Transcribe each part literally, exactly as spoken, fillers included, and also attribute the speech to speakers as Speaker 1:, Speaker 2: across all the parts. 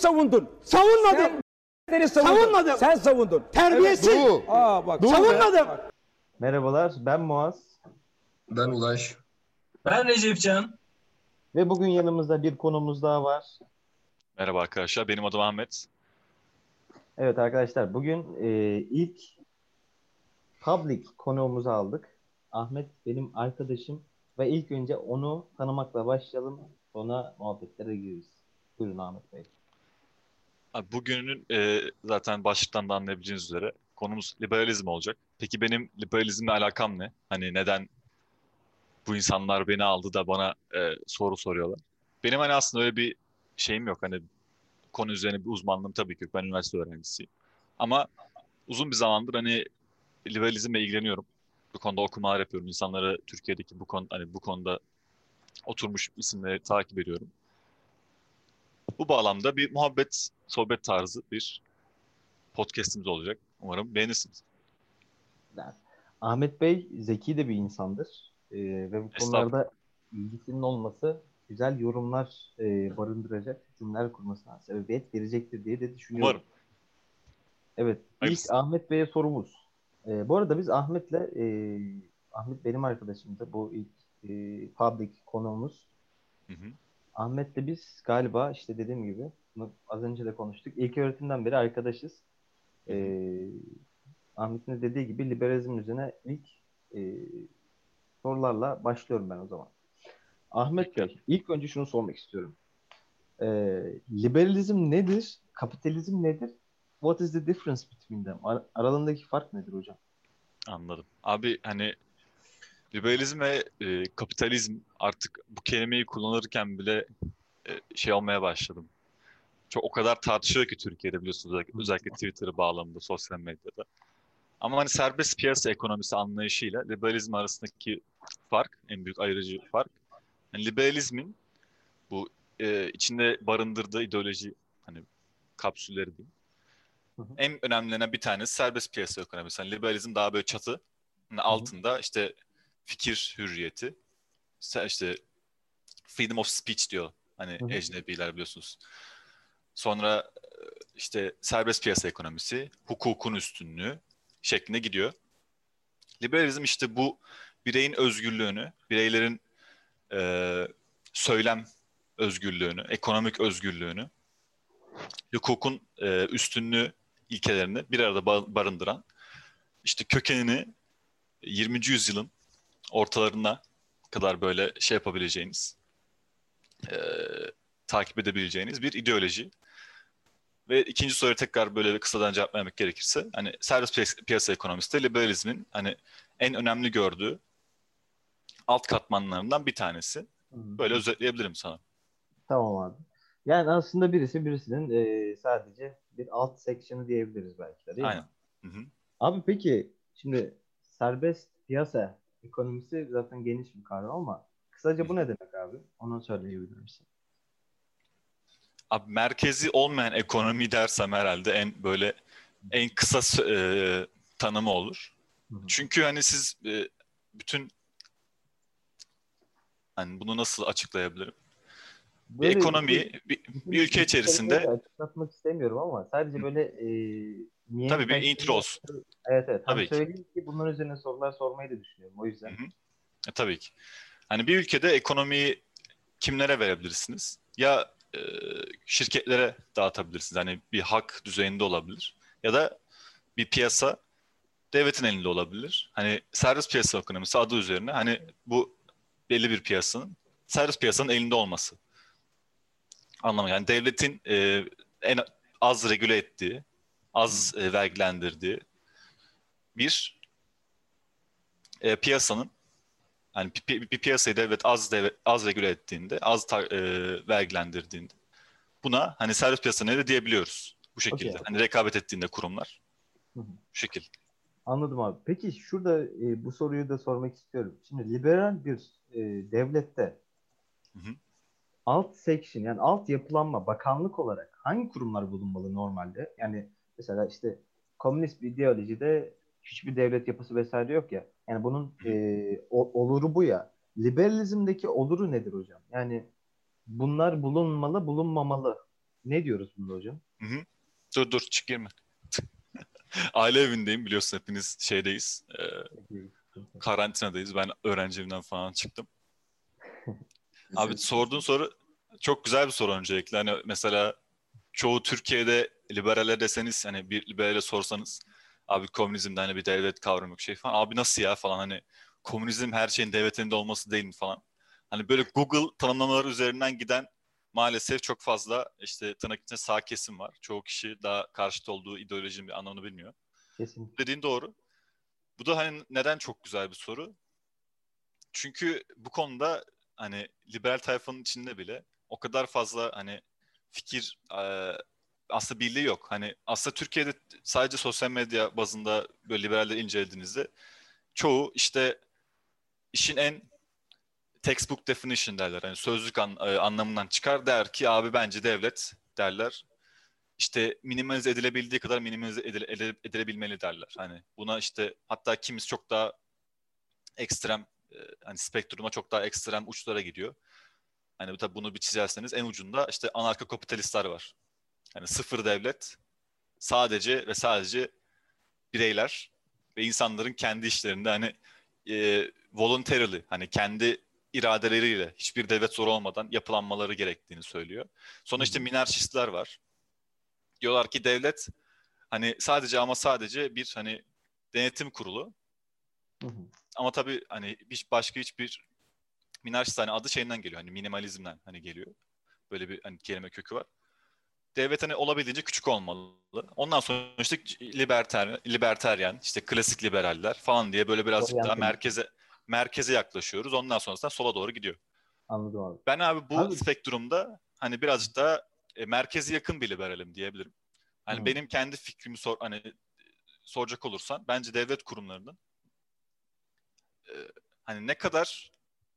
Speaker 1: savundun.
Speaker 2: Savunmadım.
Speaker 1: Sen savundun.
Speaker 2: Savunmadım.
Speaker 1: Sen savundun.
Speaker 2: Terbiyesiz.
Speaker 1: Evet, Aa, bak.
Speaker 2: Savunmadım.
Speaker 3: Merhabalar, ben Muaz
Speaker 4: Ben Ulaş.
Speaker 5: Ben Recepcan.
Speaker 3: ve bugün yanımızda bir konumuz daha var.
Speaker 6: Merhaba arkadaşlar, benim adım Ahmet.
Speaker 3: Evet arkadaşlar, bugün e, ilk public konuğumuzu aldık. Ahmet benim arkadaşım ve ilk önce onu tanımakla başlayalım, sonra muhabbetlere gireriz. Buyurun Ahmet Bey.
Speaker 6: Abi bugünün e, zaten başlıktan da anlayabileceğiniz üzere konumuz liberalizm olacak. Peki benim liberalizmle alakam ne? Hani neden bu insanlar beni aldı da bana e, soru soruyorlar? Benim hani aslında öyle bir şeyim yok. Hani konu üzerine bir uzmanlığım tabii ki yok. Ben üniversite öğrencisiyim. Ama uzun bir zamandır hani liberalizmle ilgileniyorum. Bu konuda okumalar yapıyorum. İnsanları Türkiye'deki bu konu hani bu konuda oturmuş isimleri takip ediyorum. Bu bağlamda bir muhabbet, sohbet tarzı bir podcast'imiz olacak. Umarım beğenirsiniz.
Speaker 3: Yani, Ahmet Bey zeki de bir insandır E, ve bu konularda ilgisinin olması güzel yorumlar e, barındıracak cümleler kurmasına sebebiyet verecektir diye de düşünüyorum.
Speaker 6: Umarım.
Speaker 3: Evet,
Speaker 6: Hayırlısı.
Speaker 3: ilk Ahmet Bey'e sorumuz. Ee, bu arada biz Ahmet'le, e, Ahmet benim arkadaşımdı. Bu ilk e, public konuğumuz.
Speaker 6: Hı hı.
Speaker 3: Ahmet'le biz galiba işte dediğim gibi, bunu az önce de konuştuk. İlk öğretimden beri arkadaşız.
Speaker 6: Hı hı.
Speaker 3: Ee, Ahmet'in de dediği gibi liberalizm üzerine ilk e, sorularla başlıyorum ben o zaman. Ahmet Bey, ilk önce şunu sormak istiyorum. Ee, liberalizm nedir? Kapitalizm nedir? What is the difference between them? Ar- aralarındaki fark nedir hocam?
Speaker 6: Anladım. Abi hani liberalizm ve e, kapitalizm artık bu kelimeyi kullanırken bile e, şey olmaya başladım. Çok o kadar tartışıyor ki Türkiye'de biliyorsunuz özellikle, özellikle Twitter'ı bağlamında, sosyal medyada. Ama hani serbest piyasa ekonomisi anlayışıyla liberalizm arasındaki fark, en büyük ayırıcı fark. Yani liberalizmin bu e, içinde barındırdığı ideoloji hani kapsülleri diyeyim.
Speaker 3: Hı hı.
Speaker 6: En önemlilerinden bir tanesi serbest piyasa ekonomisi. Yani liberalizm daha böyle çatı. Yani altında işte fikir hürriyeti, işte freedom of speech diyor hani
Speaker 3: Hı hı.
Speaker 6: ecnebiler biliyorsunuz. Sonra işte serbest piyasa ekonomisi, hukukun üstünlüğü şeklinde gidiyor. Liberalizm işte bu bireyin özgürlüğünü, bireylerin e, söylem özgürlüğünü, ekonomik özgürlüğünü, hukukun e, üstünlüğü ilkelerini bir arada barındıran, işte kökenini yirminci yüzyılın ortalarına kadar böyle şey yapabileceğiniz, e, takip edebileceğiniz bir ideoloji. Ve ikinci soruya tekrar böyle kısadan cevap vermek gerekirse, hani serbest piyasa, piyasa ekonomisi de liberalizmin hani en önemli gördüğü alt katmanlarından bir tanesi.
Speaker 3: Hı hı.
Speaker 6: Böyle özetleyebilirim sana.
Speaker 3: Tamam abi. Yani aslında birisi birisinin e, sadece bir alt section'ı diyebiliriz belki de, değil mi?
Speaker 6: Aynen. Hı hı.
Speaker 3: Abi peki şimdi serbest piyasa ekonomisi zaten geniş bir kavram ama kısaca bu ne demek abi? Onu söyleyebilir misin?
Speaker 6: Abi merkezi olmayan ekonomi dersem herhalde en böyle en kısa e, tanımı olur.
Speaker 3: Hı hı.
Speaker 6: Çünkü hani siz e, bütün hani bunu nasıl açıklayabilirim? Bir
Speaker 3: Böyle
Speaker 6: ekonomiyi bir,
Speaker 3: bütün,
Speaker 6: bir ülke
Speaker 3: bütün kelimeleri
Speaker 6: içerisinde
Speaker 3: açıklatmak istemiyorum ama sadece böyle e,
Speaker 6: tabii
Speaker 3: mihenk
Speaker 6: bir intro
Speaker 3: taşları,
Speaker 6: olsun.
Speaker 3: evet evet, hem
Speaker 6: Tabii ki.
Speaker 3: söyleyeyim ki bunların üzerine sorular sormayı da düşünüyorum o
Speaker 6: Hı
Speaker 3: yüzden.
Speaker 6: hı. E, tabii ki. Hani bir ülkede ekonomiyi kimlere verebilirsiniz? Ya e, şirketlere dağıtabilirsiniz. Hani bir hak düzeyinde olabilir. Ya da bir piyasa devletin elinde olabilir. Hani serbest piyasa ekonomisi adı üzerine hani bu belli bir piyasanın serbest piyasanın elinde olması anlamı. Yani devletin e, en az regüle ettiği, az e, vergilendirdiği bir e, piyasanın hani bir, bir piyasayı devlet az devlet, az regüle ettiğinde, az ta, e, vergilendirdiğinde buna hani serbest piyasa ne de diyebiliyoruz. Bu
Speaker 3: Okey
Speaker 6: şekilde.
Speaker 3: abi.
Speaker 6: Hani rekabet ettiğinde kurumlar
Speaker 3: Hı hı.
Speaker 6: bu şekilde.
Speaker 3: Anladım abi. Peki şurada e, bu soruyu da sormak istiyorum. Şimdi liberal bir e, devlette
Speaker 6: Hı hı.
Speaker 3: alt section yani alt yapılanma bakanlık olarak hangi kurumlar bulunmalı normalde? Yani mesela işte komünist bir ideolojide hiçbir devlet yapısı vesaire yok ya. Yani bunun
Speaker 6: Hı hı.
Speaker 3: e, o- oluru bu ya. Liberalizmdeki oluru nedir hocam? Yani bunlar bulunmalı, bulunmamalı Ne diyoruz bunda hocam?
Speaker 6: Hı hı. Dur dur çık girme. Aile evindeyim biliyorsun hepiniz şeydeyiz. E, karantinadayız. Ben öğrenci evinden falan çıktım. Abi sorduğun soru çok güzel bir soru öncelikle. Hani mesela çoğu Türkiye'de liberale deseniz hani bir liberale sorsanız abi komünizmde hani bir devlet kavramı yok şey falan. Abi nasıl ya falan hani komünizm her şeyin devlet elinde olması değil mi falan. Hani böyle Google tanımlamaları üzerinden giden maalesef çok fazla işte tırnak içinde sağ kesim var. Çoğu kişi daha karşıt olduğu ideolojinin bir anlamını bilmiyor.
Speaker 3: Kesin.
Speaker 6: Dediğin doğru. Bu da hani neden çok güzel bir soru? Çünkü bu konuda hani liberal tayfanın içinde bile o kadar fazla hani fikir e, aslında birliği yok. Hani aslında Türkiye'de sadece sosyal medya bazında böyle liberaller incelediğinizde çoğu işte işin en textbook definition derler. Hani sözlük an, e, anlamından çıkar der ki abi bence devlet derler. İşte minimalize edilebildiği kadar minimalize edile, edile, edilebilmeli derler. Hani buna işte hatta kimisi çok daha ekstrem e, hani spektruma çok daha ekstrem uçlara gidiyor. Hani tabii bunu bir çizerseniz en ucunda işte anarko kapitalistler var. Yani sıfır devlet, sadece ve sadece bireyler ve insanların kendi işlerinde hani e, voluntarily hani kendi iradeleriyle hiçbir devlet zoru olmadan yapılanmaları gerektiğini söylüyor. Sonra işte minarşistler var. Diyorlar ki devlet hani sadece ama sadece bir hani denetim kurulu.
Speaker 3: Hı hı.
Speaker 6: Ama tabii hani bir başka hiçbir minarşist hani adı şeyinden geliyor. Hani minimalizmden hani geliyor. Böyle bir hani kelime kökü var. Devlet hani olabildiğince küçük olmalı. Ondan sonra işte liberter, liberteryen, işte klasik liberaller falan diye böyle birazcık daha
Speaker 3: Oryantalist.
Speaker 6: merkeze merkeze yaklaşıyoruz. Ondan sonrasında sola doğru gidiyor.
Speaker 3: Anladım abi.
Speaker 6: Ben abi bu
Speaker 3: Abi.
Speaker 6: spektrumda hani birazcık daha e, merkeze yakın bir liberalim diyebilirim. Hani
Speaker 3: Hı.
Speaker 6: benim kendi fikrimi sor, hani soracak olursan bence devlet kurumlarının e, hani ne kadar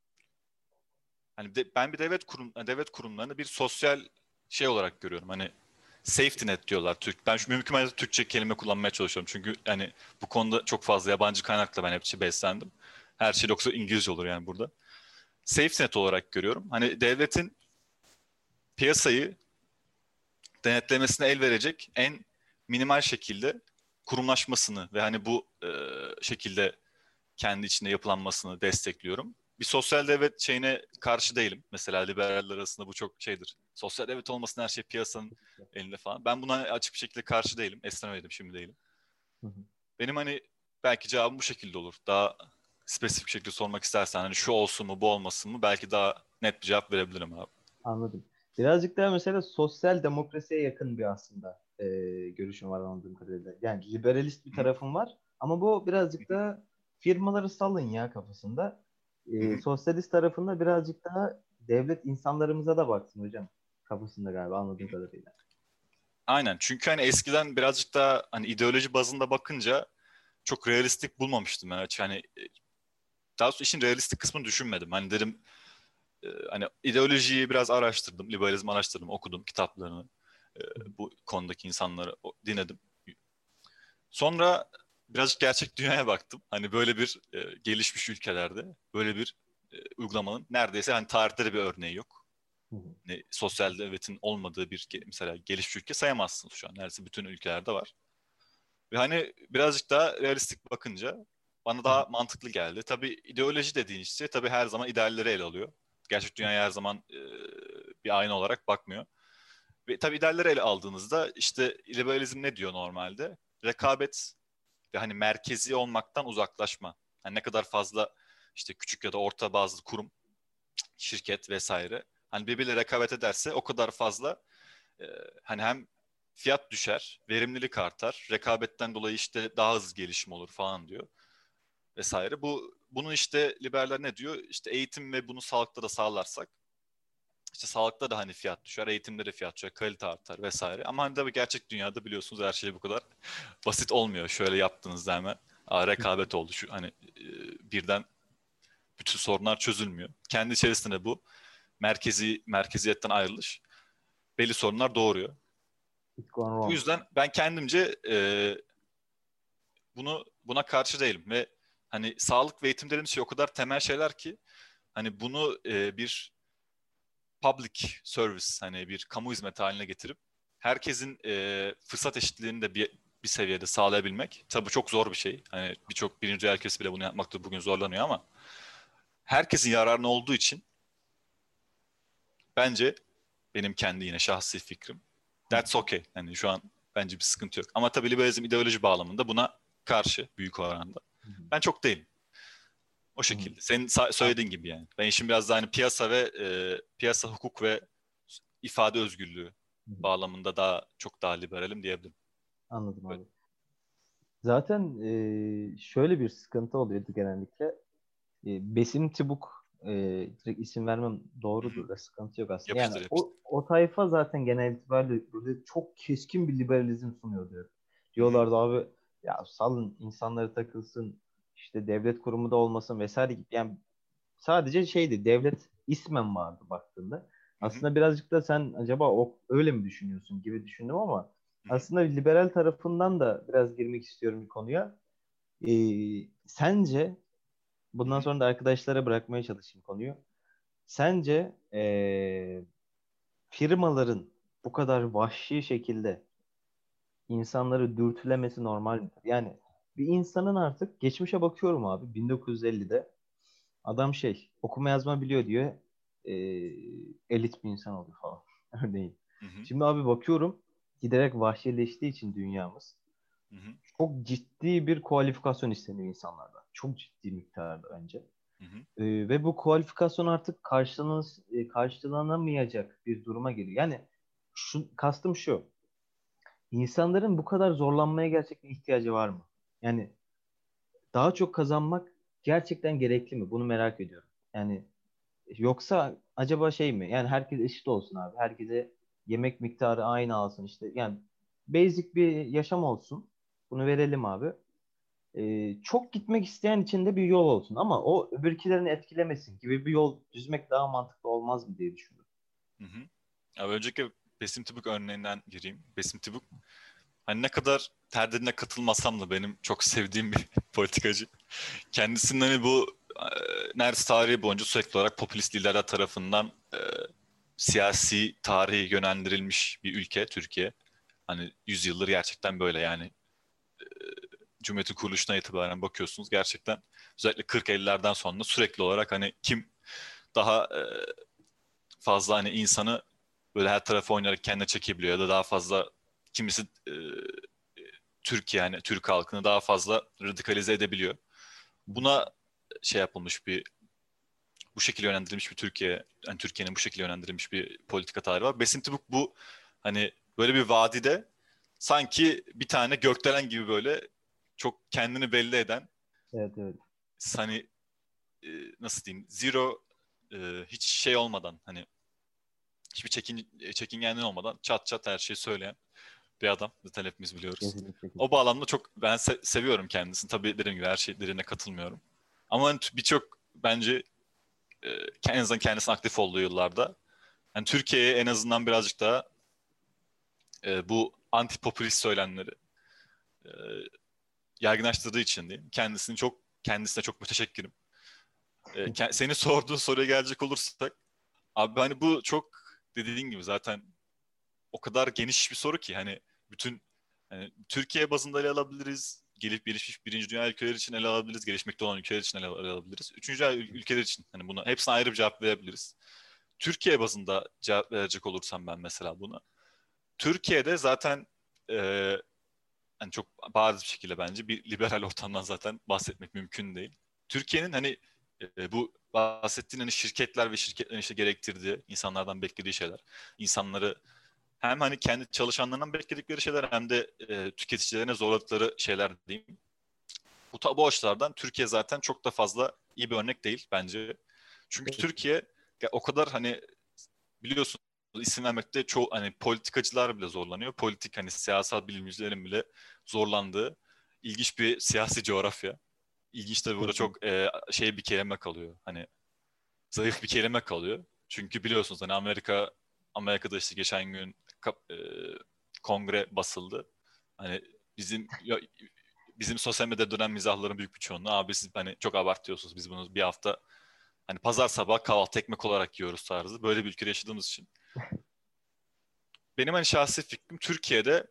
Speaker 6: hani de, ben bir devlet kurum devlet kurumlarını bir sosyal şey olarak görüyorum. Hani safety net diyorlar Türk. Ben şu mümkün mertebe Türkçe kelime kullanmaya çalışıyorum. Çünkü yani bu konuda çok fazla yabancı kaynakla ben hepsi beslendim. Her şey yoksa İngilizce olur yani burada. Safety net olarak görüyorum. Hani devletin piyasayı denetlemesine el verecek en minimal şekilde kurumlaşmasını ve hani bu e, şekilde kendi içinde yapılanmasını destekliyorum. Bir sosyal devlet şeyine karşı değilim. Mesela liberaller arasında bu çok şeydir. Sosyal devlet olmasın her şey piyasanın elinde falan. Ben buna açık bir şekilde karşı değilim. Eskiden öyleydim, şimdi değilim.
Speaker 3: Hı hı.
Speaker 6: Benim hani belki cevabım bu şekilde olur. Daha spesifik bir şekilde sormak istersen hani şu olsun mu bu olmasın mı belki daha net bir cevap verebilirim abi.
Speaker 3: Anladım. Birazcık daha mesela sosyal demokrasiye yakın bir aslında e, görüşüm var anladığım kadarıyla. Yani liberalist bir
Speaker 6: Hı hı.
Speaker 3: tarafım var. Ama bu birazcık daha firmaları salın ya kafasında.
Speaker 6: Hı
Speaker 3: E,
Speaker 6: hı.
Speaker 3: sosyalist tarafında birazcık daha devlet insanlarımıza da baksın hocam. Kafasında galiba anladığım kadarıyla.
Speaker 6: Aynen çünkü hani eskiden birazcık daha hani ideoloji bazında bakınca çok realistik bulmamıştım ben. Hani e, daha doğrusu işin realistik kısmını düşünmedim. Hani dedim e, hani ideolojiyi biraz araştırdım, liberalizmi araştırdım, okudum kitaplarını, e, bu konudaki insanları o- dinledim. Sonra birazcık gerçek dünyaya baktım. Hani böyle bir e, gelişmiş ülkelerde böyle bir e, uygulamanın neredeyse hani tarihte de bir örneği yok.
Speaker 3: Hı hı.
Speaker 6: Ne, sosyal devletin olmadığı bir ge- mesela gelişmiş ülke sayamazsınız şu an. Neredeyse bütün ülkelerde var. Ve hani birazcık daha realistik bakınca bana
Speaker 3: Hı hı.
Speaker 6: daha mantıklı geldi. Tabii ideoloji dediğin şey tabii her zaman idealleri ele alıyor. Gerçek dünyaya her zaman e, bir ayna olarak bakmıyor. Ve tabii idealleri ele aldığınızda işte liberalizm ne diyor normalde? Rekabet ve hani merkezi olmaktan uzaklaşma. Yani ne kadar fazla işte küçük ya da orta bazı kurum, şirket vesaire hani birbiriyle rekabet ederse o kadar fazla e, hani hem fiyat düşer, verimlilik artar, rekabetten dolayı işte daha hızlı gelişim olur falan diyor vesaire. Bu bunu işte liberaller ne diyor? İşte eğitim ve bunu sağlıkta da sağlarsak işte sağlıkta da hani fiyat düşer, eğitimde de fiyat düşer, kalite artar vesaire. Ama hani tabii gerçek dünyada biliyorsunuz her şey bu kadar basit olmuyor. Şöyle yaptığınızda hemen Aa, rekabet oldu şu hani e, birden bütün sorunlar çözülmüyor. Kendi içerisinde bu merkezi merkeziyetten ayrılış belli sorunlar doğuruyor.
Speaker 3: It's gone
Speaker 6: Bu
Speaker 3: wrong.
Speaker 6: yüzden ben kendimce e, bunu buna karşı değilim ve hani sağlık ve eğitim dediğimiz şey o kadar temel şeyler ki hani bunu e, bir public service, hani bir kamu hizmeti haline getirip herkesin e, fırsat eşitliğini de bir, bir seviyede sağlayabilmek. Tabii çok zor bir şey. Hani birçok birinci dünya ülkesi bile bunu yapmakta bugün zorlanıyor ama herkesin yararına olduğu için bence, benim kendi yine şahsi fikrim, that's okay. Yani şu an bence bir sıkıntı yok. Ama tabii liberalizm ideoloji bağlamında buna karşı büyük oranda. Ben çok değilim. O şekilde. Senin sa- söylediğin gibi yani. Ben işin biraz daha hani piyasa ve e, piyasa, hukuk ve ifade özgürlüğü bağlamında daha çok daha liberalim diyebilirim.
Speaker 3: Anladım
Speaker 6: Evet.
Speaker 3: abi. Zaten e, şöyle bir sıkıntı oluyordu genellikle. E, Besim Tibuk, e, direkt isim vermem doğrudur da sıkıntı yok aslında. Yani
Speaker 6: Yapıştır yapıştır.
Speaker 3: o, o tayfa zaten genel itibariyle böyle çok keskin bir liberalizm sunuyordu.
Speaker 6: Hı hı.
Speaker 3: Diyorlardı abi ya salın insanları takılsın işte devlet kurumunda olmasın vesaire gibi. Yani sadece şeydi, devlet ismen vardı baktığında.
Speaker 6: Hı hı.
Speaker 3: Aslında birazcık da sen acaba o öyle mi düşünüyorsun gibi düşündüm ama
Speaker 6: Hı hı.
Speaker 3: aslında liberal tarafından da biraz girmek istiyorum bir konuya. Ee, sence
Speaker 6: Hı
Speaker 3: bundan
Speaker 6: hı.
Speaker 3: sonra da arkadaşlara bırakmaya çalışayım konuyu. Sence ee, firmaların bu kadar vahşi şekilde insanları dürtülemesi normal midir? Yani bir insanın artık geçmişe bakıyorum abi bin dokuz yüz ellide adam şey okuma yazma biliyor diyor. Ee, elit bir insan oldu falan. Örneğin.
Speaker 6: Hı hı.
Speaker 3: Şimdi abi bakıyorum giderek vahşileştiği için dünyamız
Speaker 6: Hı hı.
Speaker 3: çok ciddi bir kualifikasyon isteniyor insanlardan. Çok ciddi miktarda önce.
Speaker 6: Hı hı.
Speaker 3: Ee, ve bu kualifikasyon artık karşılanır, e, karşılanamayacak bir duruma geliyor. Yani şu, kastım şu. İnsanların bu kadar zorlanmaya gerçekten ihtiyacı var mı? Yani daha çok kazanmak gerçekten gerekli mi? Bunu merak ediyorum. Yani yoksa acaba şey mi? Yani herkes eşit olsun abi. Herkese yemek miktarı aynı alsın işte. Yani basic bir yaşam olsun. Bunu verelim abi. Ee, çok gitmek isteyen için de bir yol olsun ama o öbürkilerini etkilemesin gibi bir yol düzmek daha mantıklı olmaz mı diye düşündüm.
Speaker 6: Hı hı. Abi öncelikle Besim Tibuk örneğinden gireyim. Besim Tibuk, hani ne kadar her dediğine katılmasam da benim çok sevdiğim bir politikacı. Kendisinin hani bu e, neredeyse tarihi boyunca sürekli olarak popülist liderler tarafından e, siyasi tarihi yönlendirilmiş bir ülke Türkiye. Hani yüzyıldır gerçekten böyle yani. Cumhuriyet'in kuruluşuna itibaren bakıyorsunuz gerçekten özellikle kırk ellilerden sonra sürekli olarak hani kim daha e, fazla hani insanı böyle her tarafa oynayarak kendine çekebiliyor ya da daha fazla kimisi e, Türkiye yani Türk halkını daha fazla radikalize edebiliyor. Buna şey yapılmış bir, bu şekilde yönlendirilmiş bir Türkiye, yani Türkiye'nin bu şekilde yönlendirilmiş bir politika tarihi var. Besim Tibuk bu hani böyle bir vadide sanki bir tane gökdelen gibi böyle çok kendini belli eden,
Speaker 3: Evet, evet.
Speaker 6: hani e, nasıl diyeyim, zero, e, hiç şey olmadan, hani hiçbir çekin, çekingenliği olmadan çat çat her şeyi söyleyen bir adam. Zaten hepimiz biliyoruz.
Speaker 3: Kesinlikle,
Speaker 6: O
Speaker 3: kesinlikle.
Speaker 6: bağlamda çok ben se- seviyorum kendisini. Tabii dediğim gibi her şeylerine katılmıyorum. Ama hani birçok bence e, en azından kendisinin aktif olduğu yıllarda yani Türkiye'ye en azından birazcık daha e, bu anti popülist söylemleri e, yaygınlaştırdığı için diyeyim. Kendisini çok kendisine çok müteşekkirim. E, ke- senin sorduğun soruya gelecek olursak, abi hani bu çok dediğin gibi zaten o kadar geniş bir soru ki hani bütün, hani Türkiye bazında ele alabiliriz. Gelip gelişmiş birinci dünya ülkeleri için ele alabiliriz. Gelişmekte olan ülkeler için ele ele alabiliriz. Üçüncü dünya ül- ülkeler için hani buna hepsine ayrı bir cevap verebiliriz. Türkiye bazında cevap verecek olursam ben mesela buna. Türkiye'de zaten e, hani çok bariz bir şekilde bence bir liberal ortamdan zaten bahsetmek mümkün değil. Türkiye'nin hani e, bu bahsettiğin hani şirketler ve şirketlerin işte gerektirdiği, insanlardan beklediği şeyler, insanları hem hani kendi çalışanlarından bekledikleri şeyler hem de e, tüketicilerine zorladıkları şeyler diyeyim. Bu, ta- bu açılardan Türkiye zaten çok da fazla iyi bir örnek değil bence. Çünkü Türkiye ya o kadar hani biliyorsun, isim vermekte çoğu hani politikacılar bile zorlanıyor. Politik hani siyasal bilimcilerin bile zorlandığı ilginç bir siyasi coğrafya. İlginç tabii, burada
Speaker 3: Kesinlikle.
Speaker 6: çok e, şey bir kelime kalıyor. Hani zayıf bir kelime kalıyor. Çünkü biliyorsunuz hani Amerika Amerika'da işte geçen gün kap- e, kongre basıldı. Hani bizim ya- bizim sosyal medyada dönen mizahların büyük bir çoğunluğu abi siz hani çok abartıyorsunuz, biz bunu bir hafta Hani pazar sabah kahvaltı ekmek olarak yiyoruz tarzı. Böyle bir ülkede yaşadığımız için. Benim hani şahsi fikrim Türkiye'de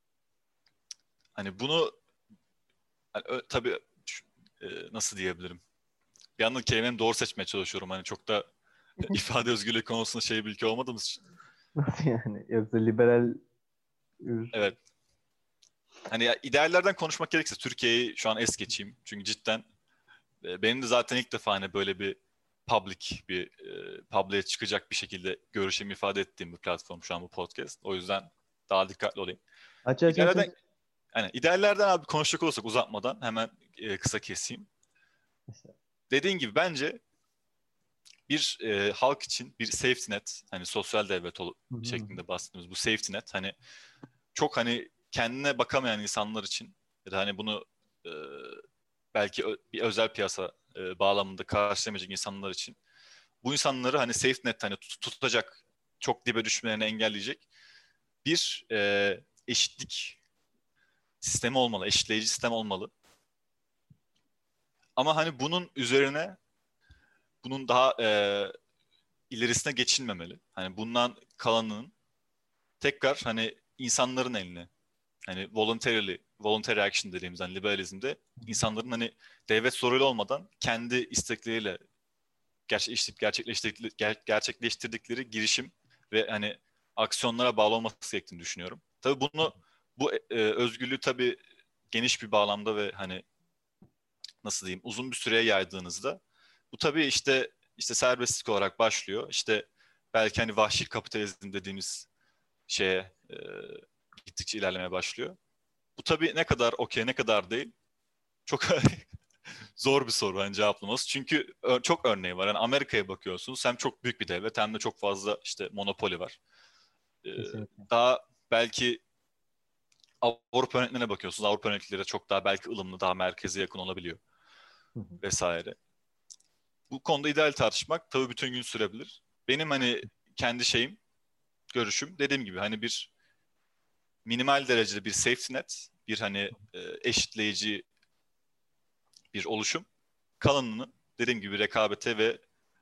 Speaker 6: hani bunu hani, ö- tabii e, nasıl diyebilirim? Bir yandan kelimeleri doğru seçmeye çalışıyorum. Hani çok da ifade özgürlüğü konusunda şey bir ülke olmadığımız için.
Speaker 3: Nasıl yani? Yoksa liberal ür...
Speaker 6: Evet. Hani ya, ideallerden konuşmak gerekirse Türkiye'yi şu an es geçeyim. Çünkü cidden e, benim de zaten ilk defa hani böyle bir public bir e, public'e çıkacak bir şekilde görüşümü ifade ettiğim bir platform şu an bu podcast. O yüzden daha dikkatli olayım.
Speaker 3: Aç aç aç aç.
Speaker 6: İdeallerden, hani ideallerden abi konuşacak olursak uzatmadan hemen e, kısa keseyim. Dediğin gibi bence bir e, halk için bir safety net, hani sosyal devlet ol-
Speaker 3: Hı hı.
Speaker 6: şeklinde bahsettiğimiz bu safety net, hani çok hani kendine bakamayan insanlar için ya da hani bunu e, belki ö- bir özel piyasa e, bağlamında karşılamayacak insanlar için bu insanları hani safety net hani tut- tutacak, çok dibe düşmelerini engelleyecek bir e, eşitlik sistemi olmalı, eşitleyici sistem olmalı. Ama hani bunun üzerine bunun daha e, ilerisine geçilmemeli. Hani bundan kalanının tekrar hani insanların eline, hani voluntarily, voluntary action dediğimiz hani liberalizmde insanların hani devlet zoruyla olmadan kendi istekleriyle gerçekleştirip gerçekleştirdikleri, ger- gerçekleştirdikleri girişim ve hani aksiyonlara bağlı olması gerektiğini düşünüyorum. Tabii bunu bu e, özgürlüğü tabii geniş bir bağlamda ve hani nasıl diyeyim uzun bir süreye yaydığınızda bu tabii işte işte serbestlik olarak başlıyor. İşte belki hani vahşi kapitalizm dediğimiz şeye e, gittikçe ilerlemeye başlıyor. Bu tabii ne kadar okey ne kadar değil. Çok zor bir soru hani cevaplaması. Çünkü ö- çok örneği var. Yani Amerika'ya bakıyorsunuz hem çok büyük bir devlet hem de çok fazla işte monopoli var. Ee,
Speaker 3: Kesinlikle.
Speaker 6: daha belki Avrupa yönetmenine bakıyorsunuz. Avrupa yöneticileri çok daha belki ılımlı, daha merkeze yakın olabiliyor
Speaker 3: Hı hı.
Speaker 6: vesaire. Bu konuda ideal tartışmak tabii bütün gün sürebilir. Benim hani kendi şeyim, görüşüm dediğim gibi hani bir minimal derecede bir safety net, bir hani e, eşitleyici bir oluşum. Kalanını dediğim gibi rekabete ve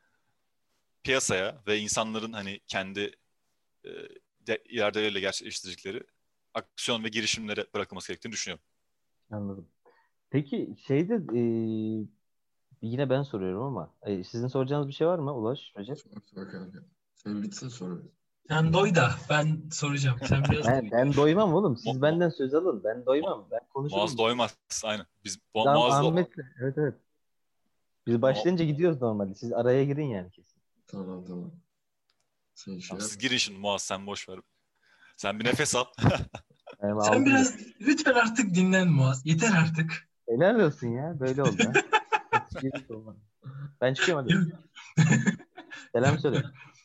Speaker 6: piyasaya ve insanların hani kendi e, de, iradeleriyle gerçekleştirecekleri aksiyon ve girişimlere bırakılması gerektiğini düşünüyorum.
Speaker 3: Anladım. Peki şeyde e, yine ben soruyorum ama e, sizin soracağınız bir şey var mı Ulaş, Recep?
Speaker 1: Sor sor kanka. Sen bitsin sonra.
Speaker 5: Sen doy da ben soracağım. Sen biraz
Speaker 3: Ben, ben doymam oğlum.
Speaker 6: Mu,
Speaker 3: Siz
Speaker 6: mu,
Speaker 3: benden söz alın. Ben
Speaker 6: mu,
Speaker 3: doymam. Ben
Speaker 6: Muaz
Speaker 3: konuşurum.
Speaker 6: doymaz. Aynen. Biz
Speaker 3: Biz
Speaker 6: Mu-
Speaker 3: Ah-
Speaker 6: Muaz do
Speaker 3: Ahmet'le. Evet evet. Biz
Speaker 6: ama,
Speaker 3: başlayınca gidiyoruz normalde. Siz araya girin yani kesin.
Speaker 1: Tamam tamam. Sen şey
Speaker 6: tamam,
Speaker 1: yap.
Speaker 6: siz girin şimdi Muaz sen boş ver. Sen bir nefes al.
Speaker 3: Ben
Speaker 5: sen
Speaker 3: aldım.
Speaker 5: biraz lütfen artık dinlen Muaz. Yeter artık.
Speaker 3: Helal olsun ya. Böyle oldu ha. Spirit olmadı. Ben çıkıyorum hadi.
Speaker 5: Yok.
Speaker 3: Selam söyle.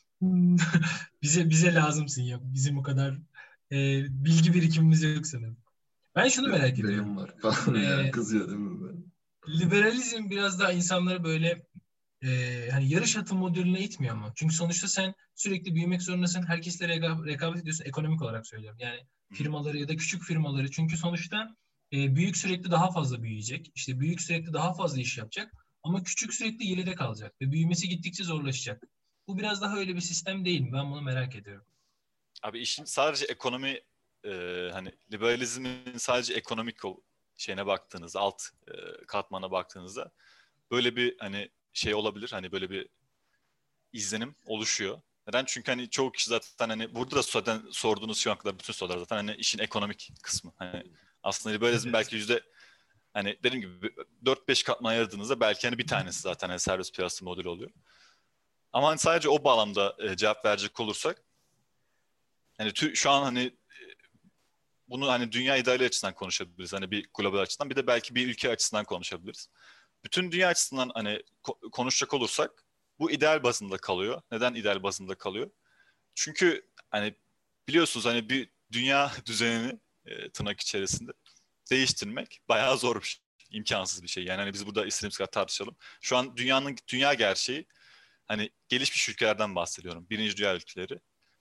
Speaker 5: bize bize lazımsın ya. Bizim o kadar e, bilgi birikimimiz yok sanırım. Ben şunu merak ediyorum.
Speaker 1: Benim var falan ya.
Speaker 5: E,
Speaker 1: Kızıyor değil mi ben?
Speaker 5: liberalizm biraz daha insanları böyle e, hani yarış atı modeline itmiyor mu? Çünkü sonuçta sen sürekli büyümek zorundasın. Herkesle reka- rekabet ediyorsun. Ekonomik olarak söylüyorum. Yani firmaları ya da küçük firmaları. Çünkü sonuçta e, büyük sürekli daha fazla büyüyecek. İşte büyük sürekli daha fazla iş yapacak. Ama küçük sürekli geride kalacak. Ve büyümesi gittikçe zorlaşacak. Bu biraz daha öyle bir sistem değil mi? Ben bunu merak ediyorum.
Speaker 6: Abi işin sadece ekonomi e, hani liberalizmin sadece ekonomik o şeyine baktığınızda alt e, katmana baktığınızda böyle bir hani şey olabilir. Hani böyle bir izlenim oluşuyor. Neden? Çünkü hani çoğu kişi zaten hani burada da zaten sorduğunuz şu ana kadar bütün sorular zaten hani işin ekonomik kısmı. Hani aslında liberalizm
Speaker 5: Evet.
Speaker 6: belki yüzde hani dediğim gibi dört beş katman ayırdığınızda belki hani bir tanesi zaten hani serbest piyasa modeli oluyor. Ama hani sadece o bağlamda e, cevap verecek olursak hani tü- şu an hani bunu hani dünya ideali açısından konuşabiliriz. Hani bir global açıdan bir de belki bir ülke açısından konuşabiliriz. Bütün dünya açısından hani ko- konuşacak olursak bu ideal bazında kalıyor. Neden ideal bazında kalıyor? Çünkü hani biliyorsunuz hani bir dünya düzenini e, tırnak içerisinde değiştirmek bayağı zor bir şey. İmkansız bir şey. Yani hani biz burada istediğimiz kadar tartışalım. Şu an dünyanın dünya gerçeği hani gelişmiş ülkelerden bahsediyorum. Birinci dünya ülkeleri.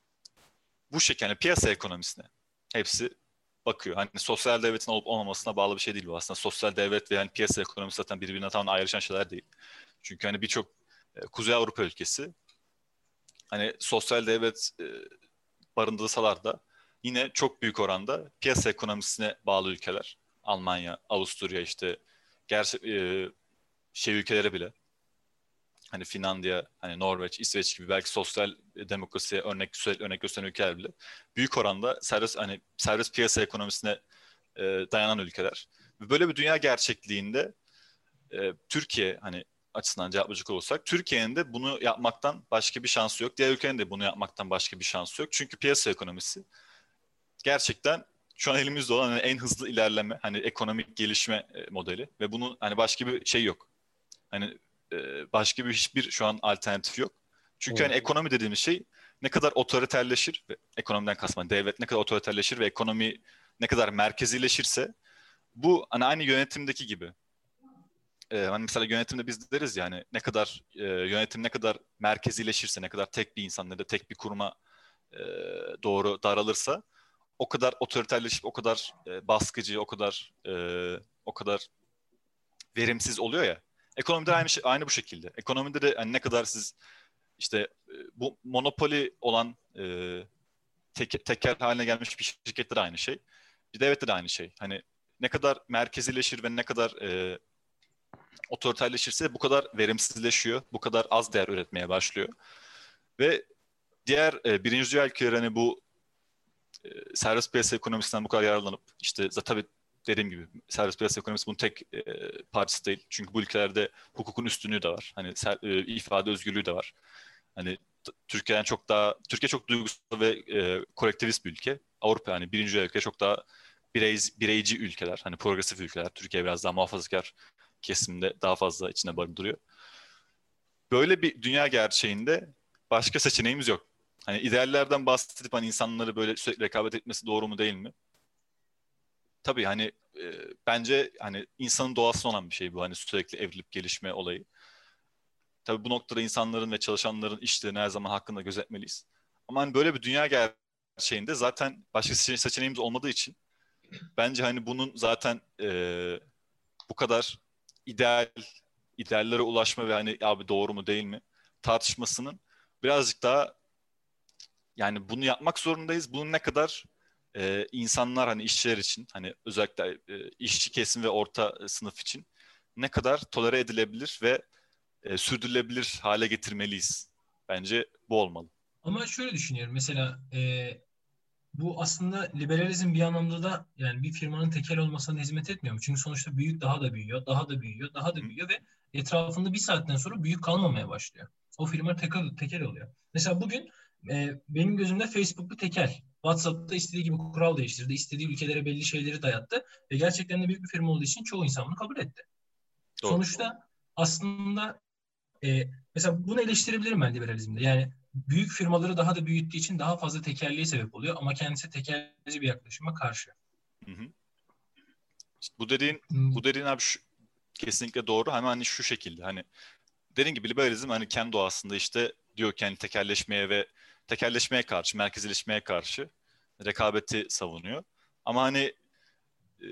Speaker 6: Bu şekilde hani piyasa ekonomisine hepsi bakıyor. Hani sosyal devletin olup olmamasına bağlı bir şey değil bu aslında. Sosyal devlet ve hani piyasa ekonomisi zaten birbirinden tamamen ayrışan şeyler değil. Çünkü hani birçok e, Kuzey Avrupa ülkesi. Hani sosyal devlet e, barındırsalar da yine çok büyük oranda piyasa ekonomisine bağlı ülkeler. Almanya, Avusturya işte gerçek e, şey ülkelere bile hani Finlandiya, hani Norveç, İsveç gibi belki sosyal demokrasiye örnek örnek gösteren ülkeler bile büyük oranda serbest hani serbest piyasa ekonomisine e, dayanan ülkeler. Ve böyle bir dünya gerçekliğinde e, Türkiye hani açısından cevaplayacak olursak Türkiye'nin de bunu yapmaktan başka bir şansı yok. Diğer ülkenin de bunu yapmaktan başka bir şansı yok. Çünkü piyasa ekonomisi gerçekten şu an elimizde olan hani en hızlı ilerleme, hani ekonomik gelişme e, modeli ve bunun hani başka bir şey yok. Hani e, başka bir hiçbir şu an alternatif yok. Çünkü
Speaker 3: Evet.
Speaker 6: hani ekonomi dediğimiz şey ne kadar otoriterleşir, ve ekonomiden kastım devlet ne kadar otoriterleşir ve ekonomi ne kadar merkezileşirse bu hani aynı yönetimdeki gibi. Ee, hani mesela yönetimde biz deriz ya hani ne kadar e, yönetim ne kadar merkezileşirse, ne kadar tek bir insan ya da tek bir kuruma e, doğru daralırsa o kadar otoriterleşip o kadar e, baskıcı, o kadar e, o kadar verimsiz oluyor ya. Ekonomide aynı şey, aynı bu şekilde. Ekonomide de hani ne kadar siz işte e, bu monopoli olan e, tek, tekel haline gelmiş bir şirkette de aynı şey. Bir devlette de aynı şey. Hani ne kadar merkezileşir ve ne kadar e, otoriterleşirse bu kadar verimsizleşiyor. Bu kadar az değer üretmeye başlıyor. Ve diğer e, birinci dünya ülkeleri hani bu e, serbest piyasa ekonomisinden bu kadar yararlanıp işte zaten tabii dediğim gibi serbest piyasa ekonomisi bunun tek e, parçası değil. Çünkü bu ülkelerde hukukun üstünlüğü de var. Hani ser, e, ifade özgürlüğü de var. Hani t- Türkiye'den çok daha Türkiye çok duygusal ve e, kolektivist bir ülke. Avrupa yani birinci dünya ülke çok daha birey, bireyci ülkeler. Hani progresif ülkeler. Türkiye biraz daha muhafazakar kesimde daha fazla içine barındırıyor. Böyle bir dünya gerçeğinde başka seçeneğimiz yok. Hani ideallerden bahsedip hani insanları böyle sürekli rekabet etmesi doğru mu değil mi? Tabii hani e, bence hani insanın doğasında olan bir şey bu. Hani sürekli evrilip gelişme olayı. Tabii bu noktada insanların ve çalışanların işlerini her zaman hakkında gözetmeliyiz. Ama hani böyle bir dünya gerçeğinde zaten başka seçe- seçeneğimiz olmadığı için bence hani bunun zaten e, bu kadar ideal ideallere ulaşma ve hani abi doğru mu değil mi tartışmasının birazcık daha yani bunu yapmak zorundayız. Bunun ne kadar e, insanlar hani işçiler için hani özellikle e, işçi kesim ve orta sınıf için ne kadar tolere edilebilir ve e, sürdürülebilir hale getirmeliyiz. Bence bu olmalı.
Speaker 5: Ama şöyle düşünüyorum. Mesela e, bu aslında liberalizm bir anlamda da yani bir firmanın tekel olmasına hizmet etmiyor mu? Çünkü sonuçta büyük daha da büyüyor, daha da büyüyor, daha da
Speaker 6: Hı.
Speaker 5: büyüyor ve etrafında bir saatten sonra büyük kalmamaya başlıyor. O firma tekel, tekel oluyor. Mesela bugün e, benim gözümde Facebook bir tekel. WhatsApp'ta istediği gibi kural değiştirdi. İstediği ülkelere belli şeyleri dayattı. Ve gerçekten de büyük bir firma olduğu için çoğu insan bunu kabul etti.
Speaker 6: Doğru.
Speaker 5: Sonuçta aslında e, mesela bunu eleştirebilirim ben liberalizmde. Yani büyük firmaları daha da büyüttüğü için daha fazla tekelliğe sebep oluyor ama kendisi tekelci bir yaklaşıma karşı.
Speaker 6: Hı hı. İşte bu dediğin
Speaker 5: Hmm.
Speaker 6: bu dediğin abi şu, kesinlikle doğru. Hemen hani şu şekilde hani dediğin gibi liberalizm hani kendi doğasında işte diyor ki hani tekelleşmeye ve tekelleşmeye karşı, merkezileşmeye karşı rekabeti savunuyor. Ama hani e,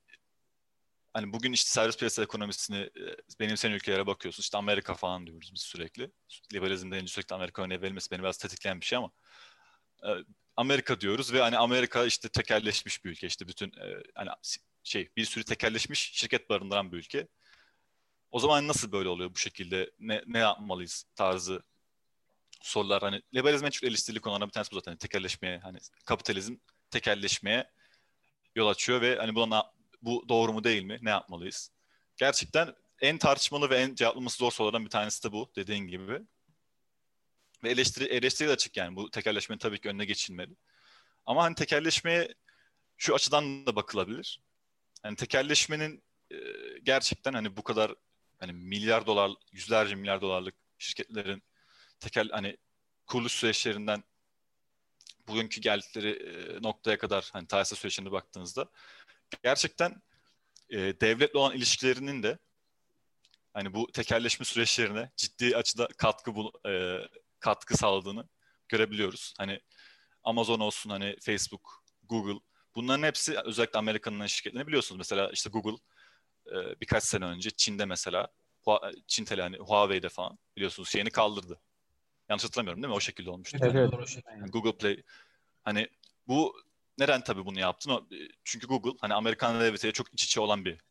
Speaker 6: hani bugün işte serbest piyasa ekonomisini e, benimseyen ülkelere bakıyorsun. İşte Amerika falan diyoruz biz sürekli. Liberalizm deyince sürekli Amerika örneği verilmesi beni biraz tetikleyen bir şey ama e, Amerika diyoruz ve hani Amerika işte tekelleşmiş bir ülke. İşte bütün e, hani şey bir sürü tekelleşmiş şirket barındıran bir ülke. O zaman nasıl böyle oluyor bu şekilde? Ne, ne yapmalıyız tarzı sorular. Hani liberalizmin en çok eleştirilik konularından bir tanesi bu zaten. Tekelleşmeye hani kapitalizm tekelleşmeye yol açıyor ve hani buna bu doğru mu değil mi? Ne yapmalıyız? Gerçekten en tartışmalı ve en cevaplaması zor sorulardan bir tanesi de bu dediğin gibi. Ve eleştiri, eleştiri de açık yani. Bu tekelleşmenin tabii ki önüne geçilmeli. Ama hani tekelleşmeye şu açıdan da bakılabilir. Yani tekelleşmenin e, gerçekten hani bu kadar hani milyar dolar, yüzlerce milyar dolarlık şirketlerin tekel hani kuruluş süreçlerinden bugünkü geldikleri e, noktaya kadar hani tarihsel süreçlerine baktığınızda gerçekten e, devletle olan ilişkilerinin de hani bu tekelleşme süreçlerine ciddi açıda katkı bul, e, katkı sağladığını görebiliyoruz. Hani Amazon olsun hani Facebook, Google bunların hepsi özellikle Amerika'nın şirketlerini biliyorsunuz. Mesela işte Google e, birkaç sene önce Çin'de mesela Çin tele hani Huawei'de falan biliyorsunuz şeyini kaldırdı. Yanlış hatırlamıyorum değil mi? O şekilde olmuştu.
Speaker 5: Evet,
Speaker 3: Evet.
Speaker 5: doğru o şekilde.
Speaker 6: Yani Google Play hani bu neden tabii bunu yaptın? Çünkü Google hani Amerikan devletiyle çok iç içe olan bir